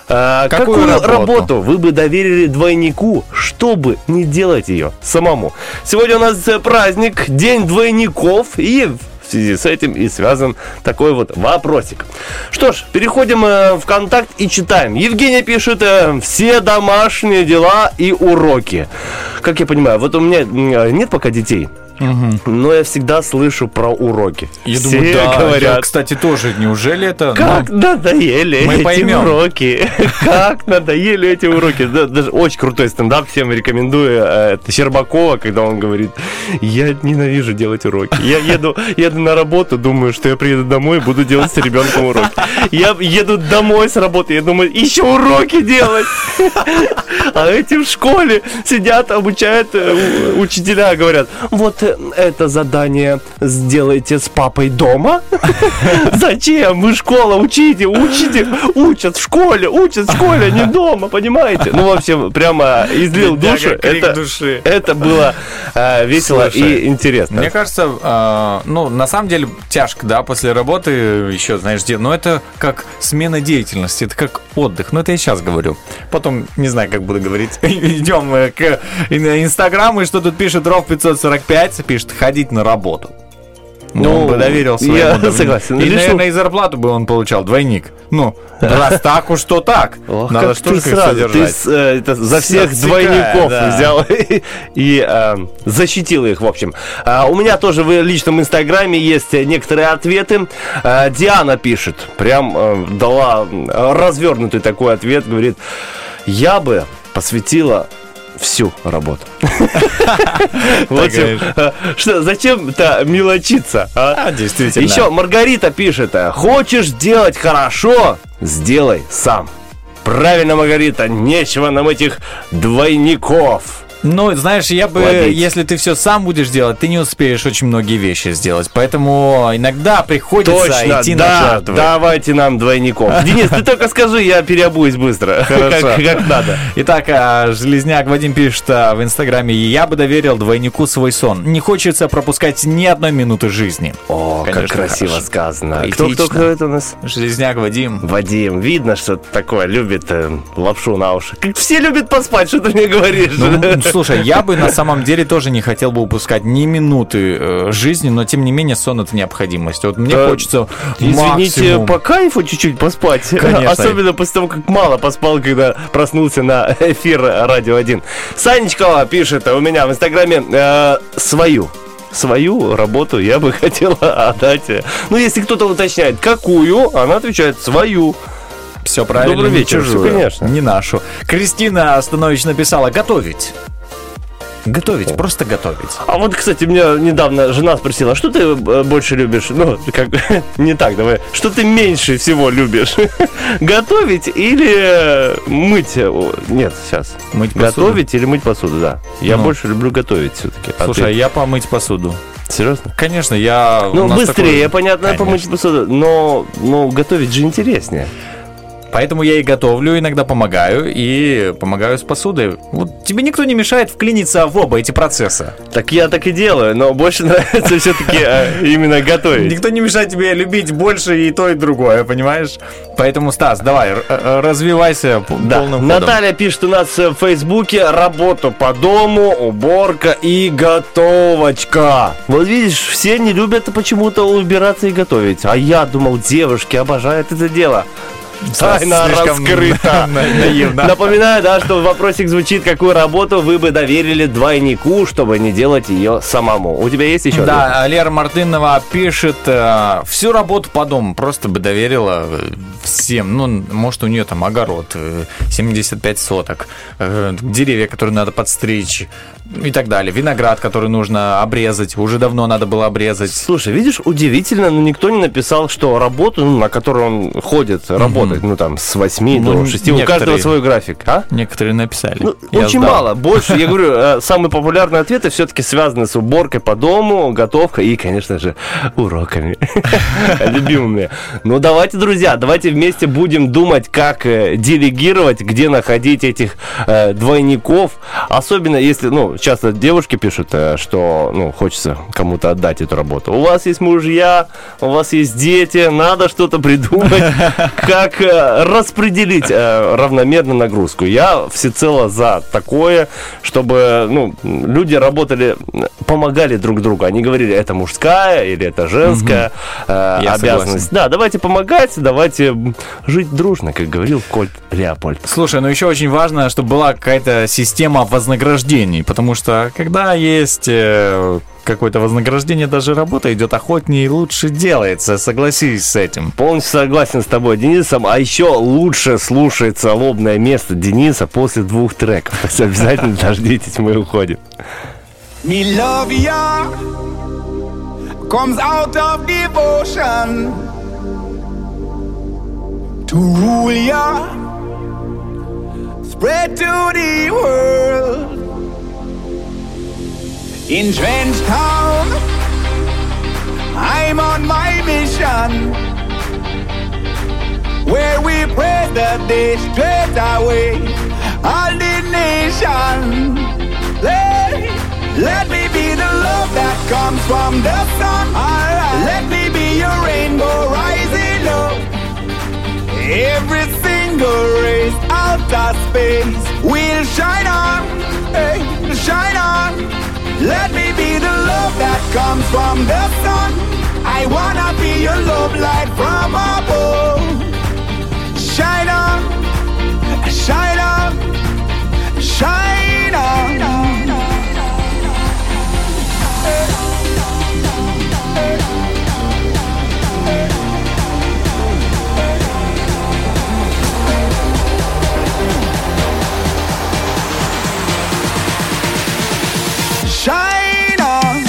А, какую какую работу? работу вы бы доверили двойнику, чтобы не делать ее самому? Сегодня у нас праздник, День двойников, и в связи с этим и связан такой вот вопросик. Что ж, переходим э, в контакт и читаем. Евгения пишет: э, все домашние дела и уроки. Как я понимаю, вот у меня э, нет пока детей. Угу. Но я всегда слышу про уроки. Я Все думаю, да, говорят, я, кстати, тоже. Неужели это... Как ну, надоели мы эти поймем. уроки. Как надоели эти уроки. Даже очень крутой стендап, всем рекомендую. Это Щербакова, когда он говорит: я ненавижу делать уроки. Я еду, еду на работу, думаю, что я приеду домой и буду делать с ребенком уроки. Я еду домой с работы, я думаю, еще уроки делать. А эти в школе сидят, обучают, учителя говорят: вот это задание сделайте с папой дома? Зачем? Вы школа, учите, учите, учат в школе, учат в школе, не дома, понимаете? Ну, в общем, прямо излил душу. Это, души. это было э, весело. Слушай, и интересно. Мне кажется, э, ну, на самом деле, тяжко, да, после работы еще, знаешь, где, но это как смена деятельности, это как отдых, ну, это я сейчас говорю. Потом, не знаю, как буду говорить, идем к Инстаграму, и что тут пишет Ров пятьсот сорок пять, пишет, ходить на работу. Ну, он бы доверил своему я давлению. согласен. И, Решил... наверное, и зарплату бы он получал, двойник. Ну, раз так уж, то так. Ох, надо как что-то ты сразу, содержать. ты э, это, за всех Отсекая, двойников да. взял и, и э, защитил их, в общем. А, у меня тоже в личном инстаграме есть некоторые ответы. А, Диана пишет, прям э, дала развернутый такой ответ, говорит, я бы посвятила всю работу. В общем, что, зачем-то мелочиться? А, действительно. Еще Маргарита пишет, хочешь делать хорошо, сделай сам. Правильно, Маргарита, нечего нам этих двойников. Ну, знаешь, я бы, Ловить. если ты все сам будешь делать, ты не успеешь очень многие вещи сделать. Поэтому иногда приходится Точно, идти да, на жертвы. давайте нам двойников. Денис, ты только скажи, я переобуюсь быстро. Хорошо. Как, как надо. Итак, а, Железняк Вадим пишет а, в Инстаграме, я бы доверил двойнику свой сон. Не хочется пропускать ни одной минуты жизни. О, Конечно, как красиво хорошо. сказано. Кто, Поэтично. кто, кто это у нас? Железняк Вадим. Вадим, видно, что такое, любит э, лапшу на уши. Как все любят поспать, что ты мне говоришь? Ну, слушай, я бы на самом деле тоже не хотел бы упускать ни минуты э, жизни, но тем не менее сон — это необходимость. Вот мне Да, хочется Извините, максимум. по кайфу чуть-чуть поспать. Конечно. Особенно после того, как мало поспал, когда проснулся на эфир Радио один. Санечка пишет у меня в Инстаграме э, свою. Свою работу я бы хотела отдать. Ну, если кто-то уточняет, какую, она отвечает свою. Все правильно. Добрый не вечер, чужую, всё, конечно. Не нашу. Кристина Станович написала «готовить». Готовить, просто готовить. А вот, кстати, меня недавно жена спросила, что ты э, больше любишь? Ну, как не так, давай. Что ты меньше всего любишь? Готовить или э, мыть? О, Нет, сейчас. Мыть посуду. Готовить или мыть посуду, да. Я Ну. больше люблю готовить все-таки. А Слушай, ты? я помыть посуду. Серьезно? Конечно, я... Ну, у нас быстрее, такой- понятно, Конечно. помыть посуду, но, но готовить же интереснее. Поэтому я и готовлю, иногда помогаю, и помогаю с посудой. Вот тебе никто не мешает вклиниться в оба эти процесса. Так я так и делаю, но больше нравится все-таки именно готовить. Никто не мешает тебе любить больше и то, и другое, понимаешь? Поэтому, Стас, давай, р- р- развивайся п- Да. полным ходом. Наталья пишет у нас в Фейсбуке: работу по дому, уборка и готовочка. Вот видишь, все не любят почему-то убираться и готовить. А я думал, девушки обожают это дело. Тайна Слишком раскрыта. на- наивно. Напоминаю, да, что вопросик звучит: какую работу вы бы доверили двойнику, чтобы не делать ее самому? У тебя есть еще? Да, Лера Мартынова пишет, э, всю работу по дому просто бы доверила э, всем. Ну, может, у нее там огород, э, семьдесят пять соток, э, деревья, которые надо подстричь и так далее. Виноград, который нужно обрезать, уже давно надо было обрезать. Слушай, видишь, удивительно, но никто не написал, что работу, ну, на которую он ходит, работает, ну, там, с восьми Ну, до шести, у каждого некоторые. свой график, а? Некоторые написали. Ну, Я очень сдал. мало, больше, я говорю, э, самые популярные ответы все-таки связаны с уборкой по дому, готовкой и, конечно же, уроками любимыми. Ну, давайте, друзья, давайте вместе будем думать, как э, делегировать, где находить этих э, двойников, особенно если, ну, часто девушки пишут, э, что, ну, хочется кому-то отдать эту работу. У вас есть мужья, у вас есть дети, надо что-то придумать, как э, распределить э, равномерно нагрузку. Я всецело за такое, чтобы, ну, люди работали, помогали друг другу. Они говорили, это мужская или это женская э, Я обязанность. согласен. Да, давайте помогать, давайте жить дружно, как говорил Кольт Леопольд. Слушай, ну еще очень важно, чтобы была какая-то система вознаграждений, потому что когда есть э, какое-то вознаграждение, даже работа идет охотнее и лучше делается, согласись с этим. Полностью согласен с тобой, Денисом. А еще лучше слушается лобное место Дениса после двух треков. Так что обязательно дождитесь, мы уходим. Me love ya comes out of devotion to rule ya, spread to the world. In Trench Town, I'm on my mission, where we praise the day straight away, all the nation. Let, let me be the love that comes from the sun. Alright. Let me be your rainbow rising up. Every single race out of space will shine on, hey, shine on. Let me be the love that comes from the sun. I wanna be your love light from above. Shine on, shine on, shine on. Shine on.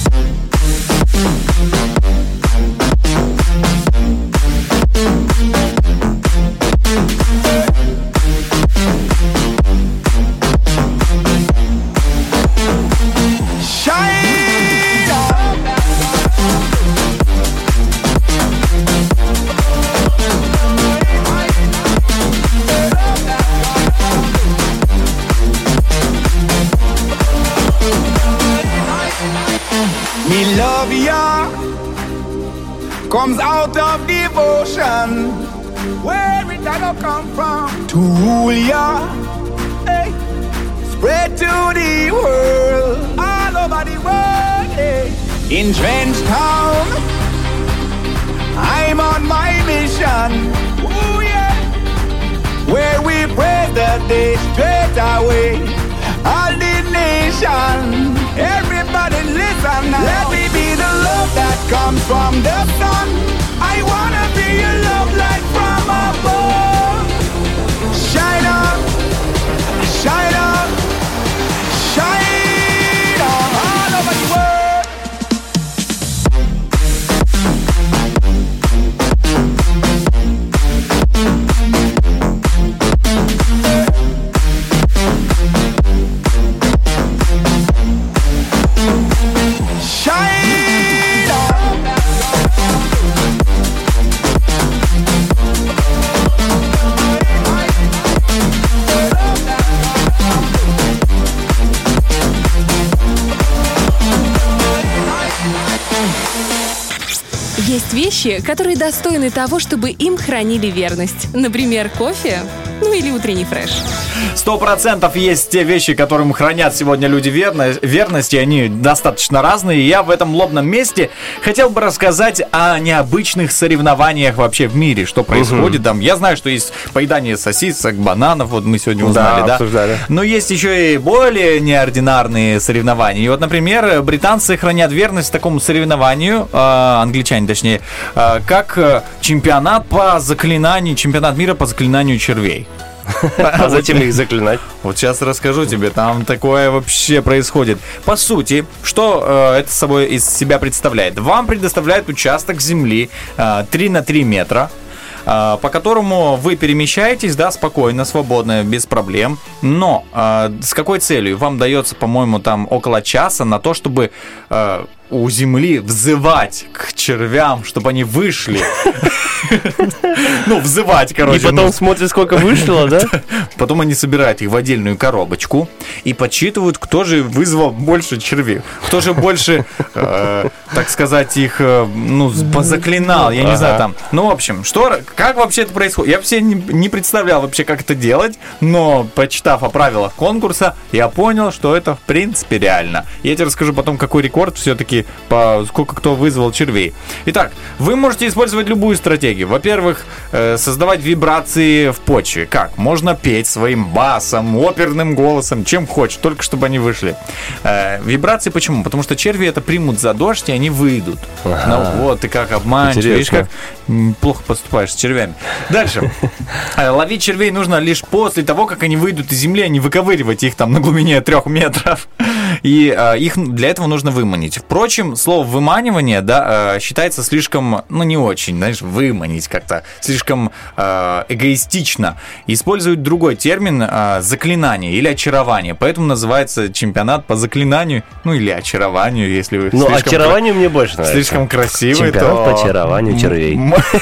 Me love ya comes out of devotion. Where it all come from? To rule ya, hey, spread to the world, all over the world. Hey. In Trench Town, I'm on my mission. Ooh yeah, where we praise the day straight away, all the nation. Everybody listen now. Let me be the love that comes from the sun. I wanna be your love light from above. Shine on, shine on, shine on all over the world. Есть вещи, которые достойны того, чтобы им хранили верность. Например, кофе, ну или утренний фреш. Сто процентов есть те вещи, которым хранят сегодня люди верно, верность, и они достаточно разные. И я в этом лобном месте хотел бы рассказать о необычных соревнованиях вообще в мире, что происходит там. Я знаю, что есть поедание сосисок, бананов, вот мы сегодня узнали, да? Обсуждали. Но есть еще и более неординарные соревнования. И вот, например, британцы хранят верность такому соревнованию, э, англичане точнее, э, как э, чемпионат по заклинанию, чемпионат мира по заклинанию червей. А зачем их заклинать? Вот сейчас расскажу тебе, там такое вообще происходит. По сути, что э, это собой из себя представляет? Вам предоставляют участок земли э, три на три метра, э, по которому вы перемещаетесь, да, спокойно, свободно, без проблем. Но э, с какой целью? Вам дается, по-моему, там около часа на то, чтобы э, у земли взывать к червям, чтобы они вышли. Ну, взывать, короче. И потом смотрят, сколько вышло, да? Потом они собирают их в отдельную коробочку и подсчитывают, кто же вызвал больше червей. Кто же больше, э, так сказать, их, э, ну, позаклинал, я не ага. знаю, там. Ну, в общем, что, как вообще это происходит? Я вообще не, не представлял вообще, как это делать, но, почитав о правилах конкурса, я понял, что это, в принципе, реально. Я тебе расскажу потом, какой рекорд все-таки, по сколько кто вызвал червей. Итак, вы можете использовать любую стратегию. Во-первых, э, создавать вибрации в почве. Как? Можно петь своим басом, оперным голосом, чем хочешь, только чтобы они вышли. Э, вибрации почему? Потому что черви это примут за дождь, и они выйдут. Ага. Ну вот, ты как обманешь, видишь, как плохо поступаешь с червями. Дальше. Ловить червей нужно лишь после того, как они выйдут из земли, а не выковыривать их там на глубине трех метров. И э, их для этого нужно выманить. Впрочем, слово «выманивание», да, э, считается слишком, ну, не очень, знаешь, выманить как-то, слишком э, эгоистично. Используют другой термин э, «заклинание» или «очарование». Поэтому называется чемпионат по заклинанию, ну, или очарованию, если вы Ну, слишком очарованию мне больше нравится. Слишком красивый, Чемпионат то... по очарованию червей.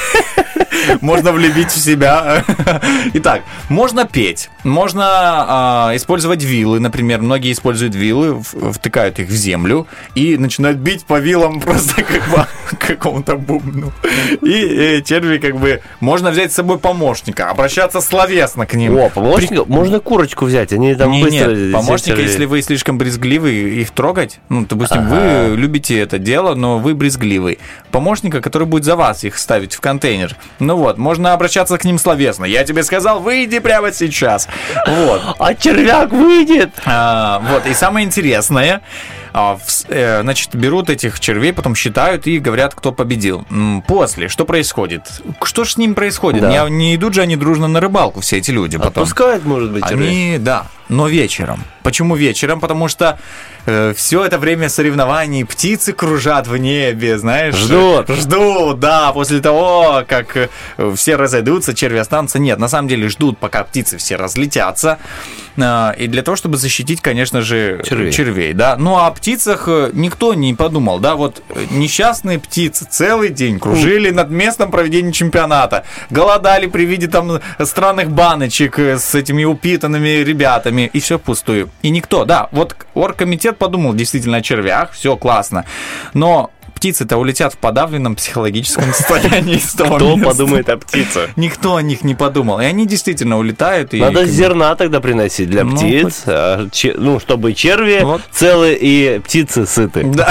Можно влюбить в себя. Итак, можно петь, можно э, использовать вилы, например. Многие используют вилы, в- втыкают их в землю и начинают бить по вилам просто как по какому-то бубну. И э, черви как бы... Можно взять с собой помощника, обращаться словесно к ним. О, помощника? Можно курочку взять, они там Не, быстро... нет, помощника, червей. если вы слишком брезгливый их трогать, ну, допустим, Ага. вы любите это дело, но вы брезгливый. Помощника, который будет за вас их ставить в контейнер. Ну вот, можно обращаться к ним словесно. Я тебе сказал, выйди прямо сейчас. Вот. А червяк выйдет! А, вот, и самое интересное, а, в с- э, значит, берут этих червей, потом считают и говорят, кто победил. М, После, что происходит? Что ж с ним происходит? Да. Не, не идут же они дружно на рыбалку, все эти люди потом. Отпускают, может быть, червей? Они, да, но вечером. Почему вечером? Потому что э, все это время соревнований птицы кружат в небе, знаешь. Ждут. Ждут, да, после того, как э, все разойдутся, черви останутся. Нет, на самом деле ждут, пока птицы все разлетятся. Э, и для того, чтобы защитить, конечно же, Червей. червей, да. Ну, а о птицах э, никто не подумал, да. Вот э, несчастные птицы целый день кружили над местом проведения чемпионата. Голодали при виде там странных баночек э, с этими упитанными ребятами. И все впустую. И никто, да, вот оргкомитет подумал действительно о червях, все классно. Но птицы-то улетят в подавленном психологическом состоянии из того Кто места. подумает о птицах? Никто о них не подумал. И они действительно улетают. И Надо как бы- зерна тогда приносить для Ну, птиц, а, че- ну, чтобы черви Вот. целые и птицы сыты Да.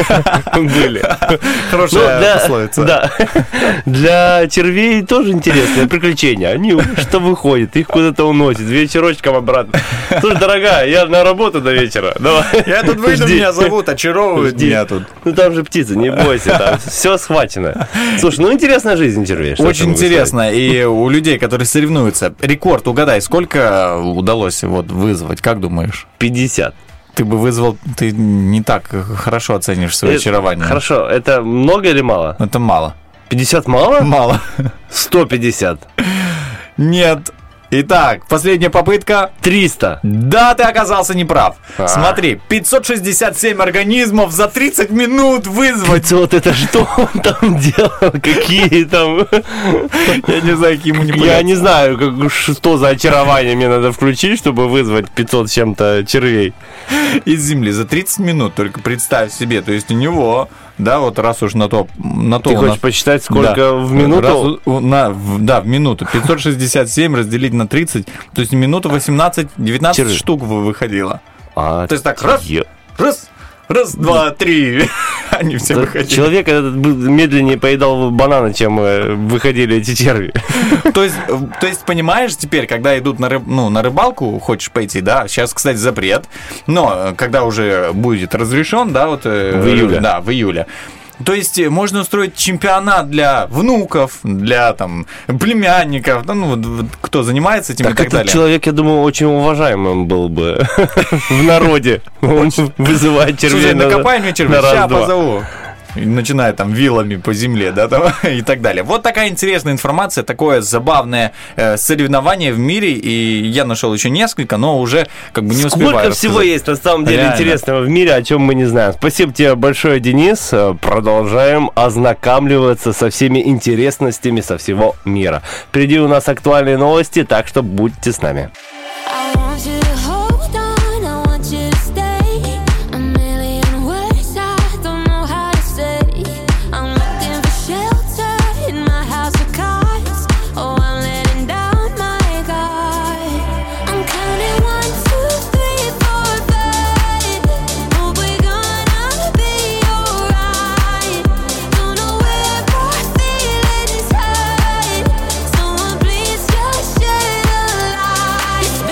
были. Хорошая Ну, для- пословица. Да. Для червей тоже интересное приключение. Они что выходят, их куда-то уносят, вечерочком обратно. Слушай, дорогая, я на работу до вечера. Давай. Я тут выйду, Жди. меня зовут, очаровывают Жди. меня тут. Ну там же птицы, не бойся, там все схвачено. Слушай, ну интересная жизнь червей. что я Очень могу сказать? интересно. И у людей, которые соревнуются, рекорд, угадай, сколько удалось вот вызвать, как думаешь? пятьдесят. Ты бы вызвал, ты не так хорошо оценишь свое Э, очарование. Хорошо, это много или мало? Это мало. пятьдесят мало? Мало. сто пятьдесят. Нет. Итак, последняя попытка. триста. Да, ты оказался неправ. А. Смотри, пятьсот шестьдесят семь организмов за тридцать минут вызвать. Вот это что он там делал? Какие там... Я не знаю, какие манипуляции. Я не знаю, как, что за очарование мне надо включить, чтобы вызвать пятьсот с чем-то червей. Из земли за тридцать минут, только представь себе. То есть у него, да, вот раз уж на то... На то Ты у хочешь нас- посчитать, сколько Да. в минуту? Раз у- у- на, в- да, в минуту. пятьсот шестьдесят семь разделить на тридцать, то есть в минуту восемнадцать-девятнадцать Черви. штук вы- выходило. А, То есть так, раз, е- раз, раз, два, три. Они все выходили. Человек этот был- медленнее поедал бананы, чем э, выходили эти черви. То есть, э, то есть, понимаешь, теперь, когда идут на, рыб- ну, на рыбалку, хочешь пойти, да, сейчас, кстати, запрет, но э, когда уже будет разрешен, да, вот... э, В июле. Да, в июле. То есть э, можно устроить чемпионат для внуков, для там племянников, да, ну вот, вот кто занимается этим и Так так этот далее. человек, я думаю, очень уважаемым был бы в народе. Он вызывает червей Слушай, на накопай мне червей, на сейчас раз-два. позову. И начиная там вилами по земле, да, там, и так далее. Вот такая интересная информация, такое забавное э, соревнование в мире, и я нашел еще несколько, но уже как бы не успеваю Сколько всего рассказать. есть на самом деле Реально. интересного в мире, о чем мы не знаем. Спасибо тебе большое, Денис. Продолжаем ознакомливаться со всеми интересностями со всего мира. Впереди у нас актуальные новости, так что будьте с нами. I want you to hold on, I want you to stay. A million words I don't know how to say. I'm looking for shelter in my house of cards. Oh, I'm letting down my guard. I'm counting one, two, three, four, five. Hope we're gonna be alright. Don't know where our feelings hide. Someone please just shed a light.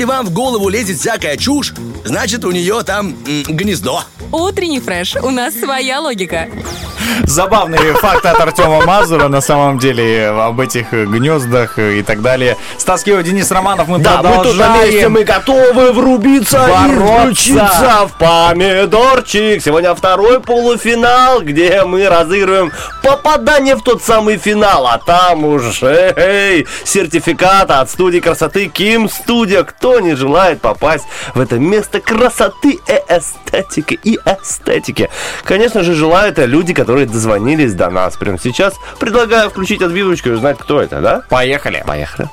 Если вам в голову лезет всякая чушь, значит, у нее там м, гнездо. Утренний фреш. У нас своя логика. Забавный факт от Артема Мазура, на самом деле, об этих гнездах и так далее. Стас Кио, Денис Романов, мы Да, мы тут на месте, продолжаем. мы готовы врубиться и бороться. включиться в помидорчик. Сегодня второй полуфинал, где мы разыгрываем попадание в тот самый финал. А там уже эй, сертификат от студии красоты Ким Студия. Кто не желает попасть в это место красоты и эстетики и эстетики? Конечно же, желают люди, которые дозвонились до нас прямо сейчас. Предлагаю включить отбивочку и узнать, кто это, да? Поехали. Поехали.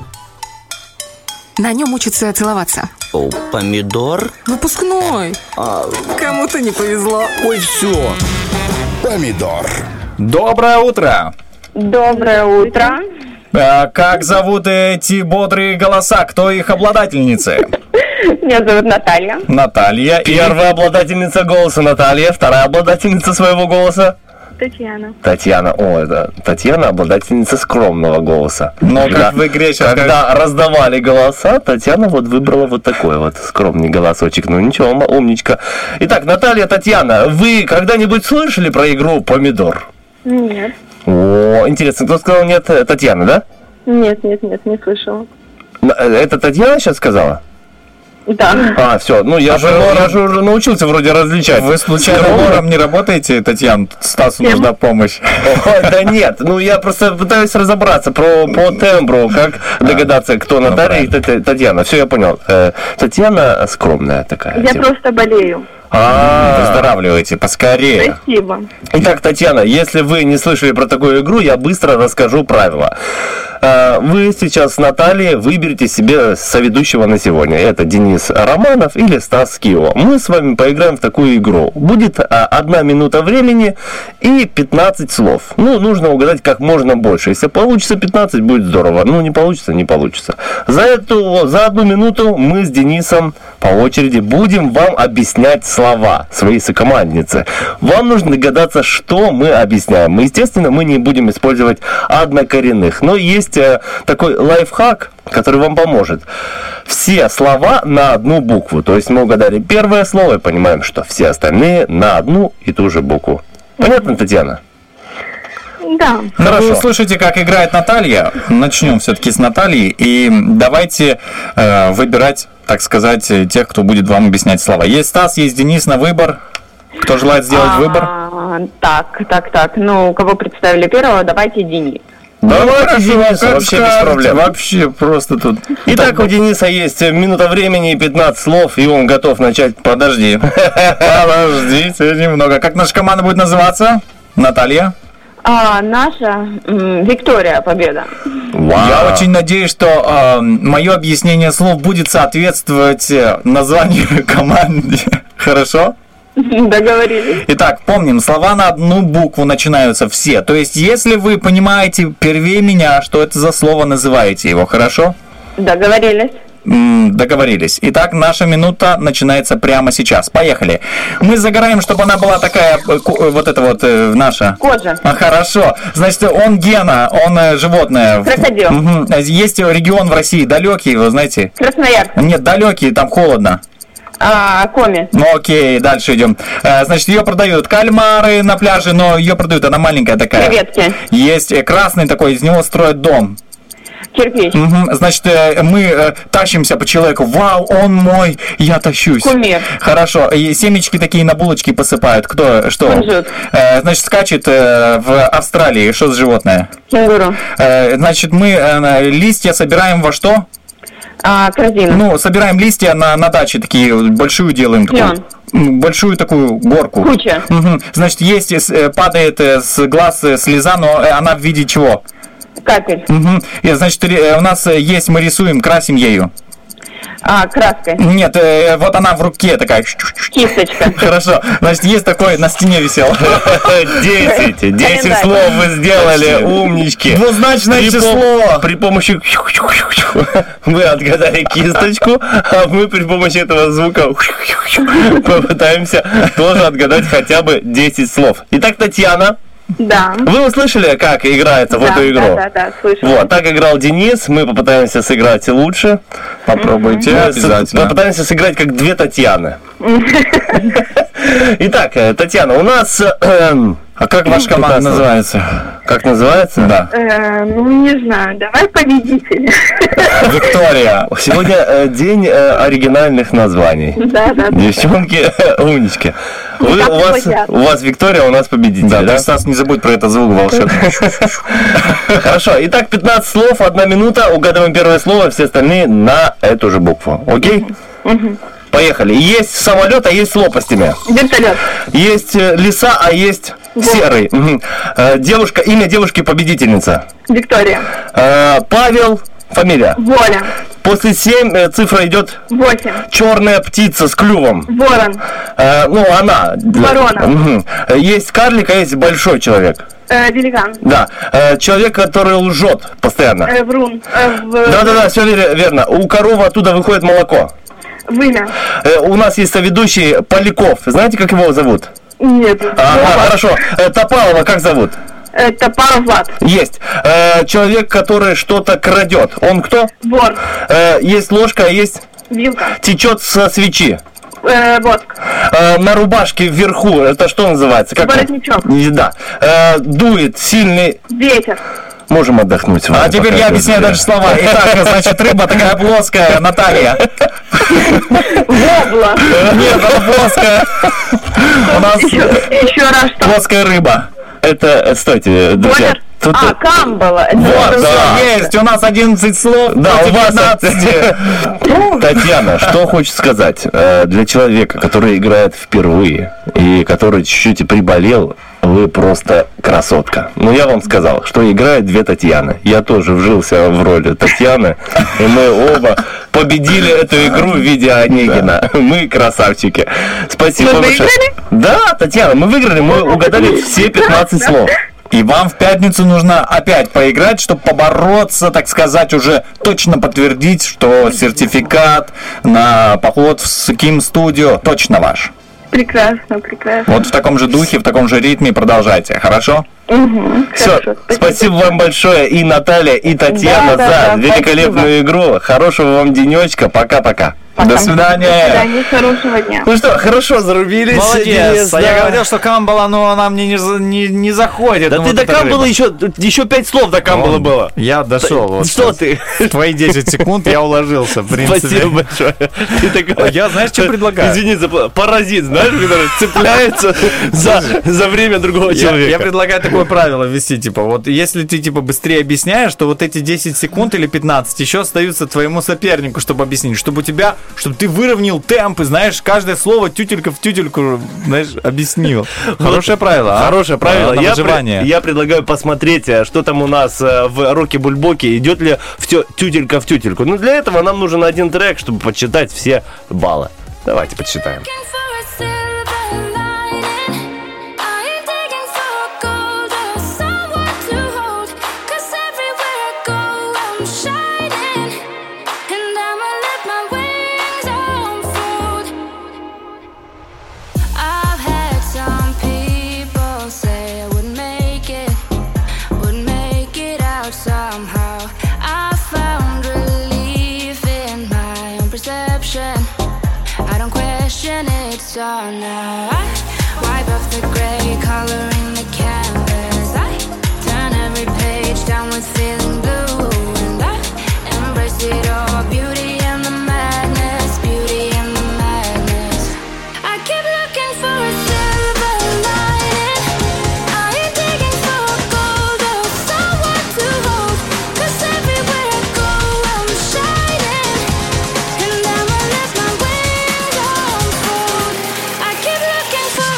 На нем учатся целоваться. О, помидор? Выпускной. Кому-то не повезло. Ой, все. Помидор. Доброе утро. Доброе утро. А, как зовут эти бодрые голоса? Кто их обладательницы? Меня зовут Наталья. Наталья. Первая обладательница голоса Наталья, вторая обладательница своего голоса Татьяна. Татьяна. О, это Татьяна, обладательница скромного голоса. Но Когда- как в игре сейчас... Когда раздавали голоса, Татьяна вот выбрала вот такой вот скромный голосочек. Ну ничего, м- умничка. Итак, Наталья, Татьяна, вы когда-нибудь слышали про игру «Помидор»? Нет. О, интересно, кто сказал нет? Татьяна, да? Нет, нет, нет, не слышала. Н- Это Татьяна сейчас сказала? Да. А, все, ну я, же, я же уже научился вроде различать. Вы случайно лором не работаете, Татьяна? Стасу Кем? нужна помощь. О, да нет, ну я просто пытаюсь разобраться про, по тембру, как догадаться, кто Наталья и Тат- Татьяна. Все, я понял. Э, Татьяна скромная такая. Я типа. просто болею. А, Выздоравливайте, поскорее. Спасибо. Итак, Татьяна, если вы не слышали про такую игру, я быстро расскажу правила. Э, Вы сейчас с Натальей выберете себе соведущего на сегодня. Это Денис Романов или Стас Кио. Мы с вами поиграем в такую игру. Будет а, одна минута времени и пятнадцать слов. Ну, нужно угадать как можно больше. Если получится пятнадцать, будет здорово. Ну, не получится, не получится. За эту, за одну минуту мы с Денисом по очереди будем вам объяснять слова своей сокомандницы. Вам нужно догадаться, что мы объясняем. Мы, естественно, мы не будем использовать однокоренных. Но есть э, такой лайфхак, который вам поможет. Все слова на одну букву. То есть мы угадали первое слово и понимаем, что все остальные на одну и ту же букву. Понятно, Татьяна? Да. Ну, вы слышите, как играет Наталья. Начнем все-таки с Натальи. И давайте э, выбирать, так сказать, тех, кто будет вам объяснять слова. Есть Стас, есть Денис на выбор. Кто желает сделать А, выбор? Так, так, так. Ну, кого представили первого, давайте Денис. Давайте, Денис, как вообще без скажете, проблем. Вообще просто тут. Итак, у Дениса есть минута времени и пятнадцать слов, и он готов начать. Подожди. Подождите немного. Как наша команда будет называться? Наталья? А, наша м, Виктория Победа. Я очень надеюсь, что э, мое объяснение слов будет соответствовать э, названию команды. Хорошо? Договорились. Итак, помним, слова на одну букву начинаются все. То есть, если вы понимаете первее меня, что это за слово, называете его, хорошо? Договорились. М, Договорились. Итак, наша минута начинается прямо сейчас. Поехали. Мы загораем, чтобы она была такая, э, ку- э, вот это вот э, наша. Кожа. А, хорошо. Значит, он гена, он э, животное. Крокодил. Мгм. Есть регион в России далекий, вы знаете? Красноярск. Нет, далекий, там холодно. А, Коми. Ну окей, дальше идем. Э, Значит, ее продают кальмары на пляже, но ее продают, она маленькая такая. Креветки. Есть э, красный такой, из него строят дом. Кирпич. Мгм. Значит, э, мы э, тащимся по человеку. Вау, он мой, я тащусь. Кумир. Хорошо. И семечки такие на булочки посыпают. Кто? Что? Кунжут. Э, Значит, скачет э, в Австралии. Что за животное? Кенгуру. Э, Значит, мы э, листья собираем во что? А, корзина. Ну, собираем листья на, на даче такие, большую делаем. Такую, м, большую такую горку. Куча. Мгм. Значит, есть, э, падает э, с глаз э, слеза, но э, она в виде чего? Капель. Мгм. И, значит, ре- у нас э, есть, мы рисуем, красим ею. А, краской. Нет, э, вот она в руке такая. Кисточка. Хорошо. Значит, есть такой, на стене висел. Десять. Десять слов вы сделали, умнички. Двузначное При число. пом- При помощи... Вы отгадали кисточку, а мы при помощи этого звука попытаемся тоже отгадать хотя бы десять слов. Итак, Татьяна, Да. Вы услышали, как играется в Да, эту игру? да, да, да, слышала. Вот, так играл Денис. Мы попытаемся сыграть лучше. Попробуйте, Мы обязательно. Попытаемся сыграть как две Татьяны. Итак, э, Татьяна, у нас... э, А как ваша команда называется? Как называется? Да. Э, ну, не знаю, давай победители. Виктория. Сегодня э, день э, оригинальных названий. Да, да, да. Девчонки, умнички. Вы, Как у, вас, платят. у вас Виктория, у нас победитель, Да, да? то есть Стас не забудь про этот звук волшебный. Хорошо, итак, пятнадцать слов, одна минута, угадываем первое слово, все остальные на эту же букву. Окей? Поехали. Есть самолет, а есть с лопастями. Вертолет. Есть э, леса, а есть серый. Мгм. Э, девушка, имя девушки-победительница. Виктория. Э, Павел, фамилия. Воля. После семь э, цифра идет. Восемь. Черная птица с клювом. Ворон. Э, ну, она. Ворона. Мгм. Есть карлик, а есть большой человек. Э, великан. Да. Э, человек, который лжет постоянно. Э, врун. Э, в... Да-да-да, все верно. У коровы оттуда выходит молоко. Вымя. Э, у нас есть соведущий Поляков. Знаете, как его зовут? Нет. Ага, хорошо. Э, Топалова как зовут? Э, Топаров Влад. Есть. Э, человек, который что-то крадет. Он кто? Вор. Э, есть ложка, а есть... Вилка. Течет со свечи. Э, воск. Э, на рубашке вверху. Это что называется? Как Воротничок. он? Да. Э, дует сильный... Ветер. Можем отдохнуть. А Ваня, теперь пока я это объясняю сделаем. даже слова. Итак, значит, рыба такая плоская, Наталья. Вобла. Нет, она плоская. У нас Еще, еще раз что? Плоская рыба. Это, э, стойте, друзья. Бойлер? Тут- А, камбала. Это Вот, уже- да. есть, у нас одиннадцать слов. Да, у против вас... пятнадцати. Татьяна, что хочет сказать? Э, Для человека, который играет впервые и который чуть-чуть и приболел, вы просто красотка. Ну, я вам сказал, что играет две Татьяны. Я тоже вжился в роль Татьяны, и мы оба победили эту игру в виде Онегина. Мы красавчики. Спасибо Мы большое. выиграли? Да, Татьяна, мы выиграли, мы угадали все пятнадцать слов. И вам в пятницу нужно опять поиграть, чтобы побороться, так сказать, уже точно подтвердить, что сертификат на поход в Ким Студио точно ваш. Прекрасно, прекрасно. Вот в таком же духе, в таком же ритме продолжайте, хорошо? Угу, Все, хорошо, спасибо вам большое и Наталья, и Татьяна Да, да, за да, великолепную игру. Хорошего вам денечка. Пока-пока. До До свидания. свидания, хорошего дня. Ну что, хорошо зарубились. Молодец. Денис, А я да. говорил, что Камбала, но она мне не, за- не, не заходит. Да Ну, ты вот до эта Камбала рыба. еще, еще пять слов до Камбала Вон, было. Я дошел. вот Что сейчас. ты? В твои десять секунд я уложился, в принципе. Спасибо большое. Ты такой, Я, знаешь, что предлагаю? Извини, за паразит, знаешь, который цепляется за, за время другого Я, человека. я предлагаю такое правило ввести, типа, вот если ты, типа, быстрее объясняешь, то вот эти десять секунд или пятнадцать еще остаются твоему сопернику, чтобы объяснить, чтобы у тебя, чтобы ты выровнял темп и, знаешь, каждое слово тютелька в тютельку, знаешь, объяснил. Хорошее правило, а? Хорошее правило. На Я, выживание. пред- я предлагаю посмотреть, э, что там у нас э, в Роке-Бульбоке, идет ли в тё- тютелька в тютельку. Но для этого нам нужен один трек, чтобы подсчитать все баллы. Давайте подсчитаем. I've had some people say I wouldn't make it, wouldn't make it out somehow. I found relief in my own perception. I don't question it, so now I wipe off the gray coloring the canvas. I turn every page down with feeling blue, and I embrace it all, beauty and the madness, beauty and the madness. I keep looking for a silver lining. I ain't digging for gold or someone to hold, 'cause everywhere I go I'm shining, and I'ma let my wings unfold. I keep looking for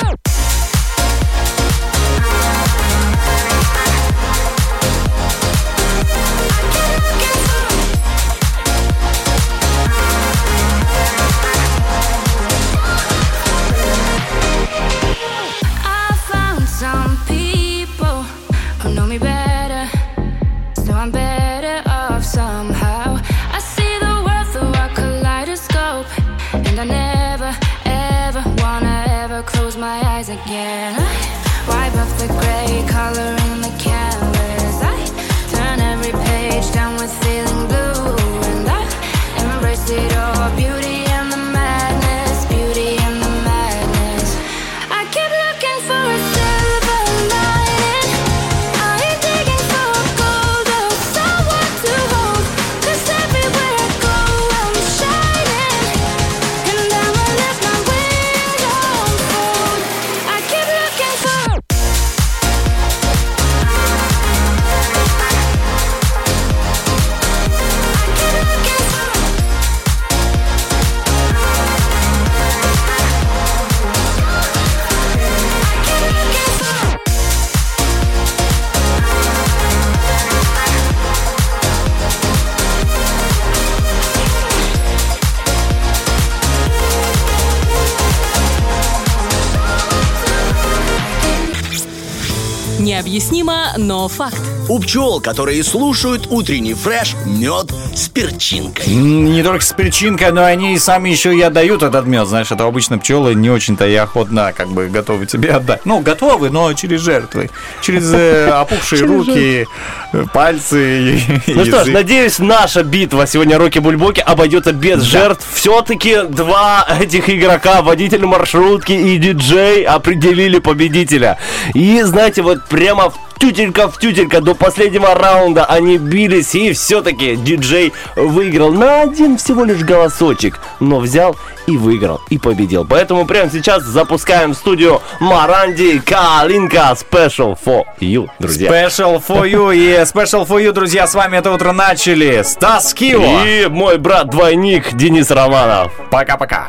Необъяснимо, но факт. У пчел, которые слушают утренний фреш, мед с перчинкой. Не только с перчинкой, но они и сами еще и отдают этот мед. Знаешь, это обычно пчелы не очень-то и охотно как бы готовы тебе отдать. Ну, готовы, но через жертвы. Через э, опухшие руки, пальцы и Ну что ж, надеюсь, наша битва сегодня Роки-Бульбоки обойдется без жертв. Все-таки два этих игрока, водитель маршрутки и диджей, определили победителя. И знаете, вот прямо в тютелька в тютелька до последнего раунда они бились, и все-таки диджей выиграл на один всего лишь голосочек, но взял и выиграл, и победил. Поэтому прямо сейчас запускаем в студию Моранди Калинка Special for You, друзья. Special for You и Special for You, друзья, с вами это утро начали Стас Кио и мой брат-двойник Денис Романов. Пока-пока.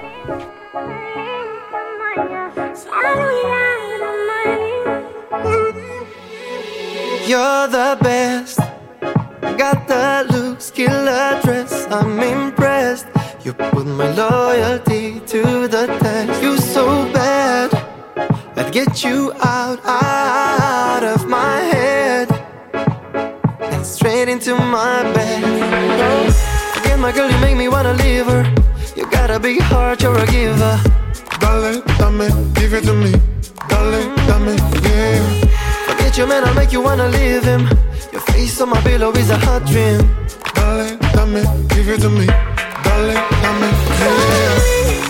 You're the best. Got the looks, killer dress. I'm impressed. You put my loyalty to the test. You so bad. I'd get you out, out of my head and straight into my bed. Again, my girl, you make me wanna leave her. You got a big heart, you're a giver. Dale, dame, give it to me. Dale, dame, yeah. Forget your man, I'll make you wanna leave him. Your face on my pillow is a hot dream. Dale, dame, give it to me. Dale, dame, yeah.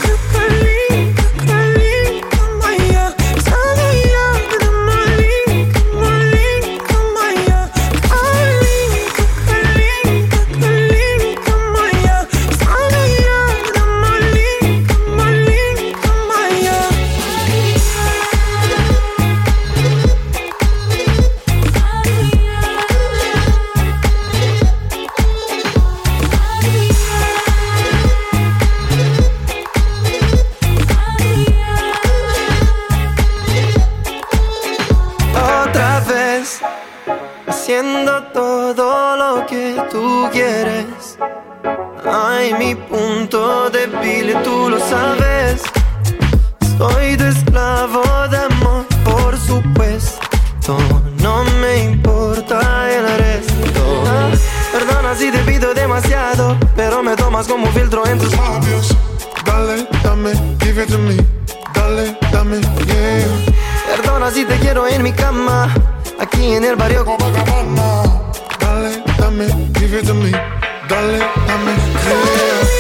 Haciendo todo lo que tú quieres. Ay, mi punto débil, tú lo sabes. Soy tu esclavo de amor, por supuesto. No me importa el resto. Perdona si te pido demasiado, pero me tomas como filtro en tus labios. Dale, dame, give it to me. Dale, dame, yeah. Perdona si te quiero en mi cama, aquí en el barrio Copacabana. Dale, dame, give it to me. Dale, dame, yeah.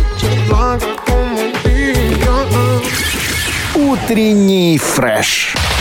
Утренний фреш.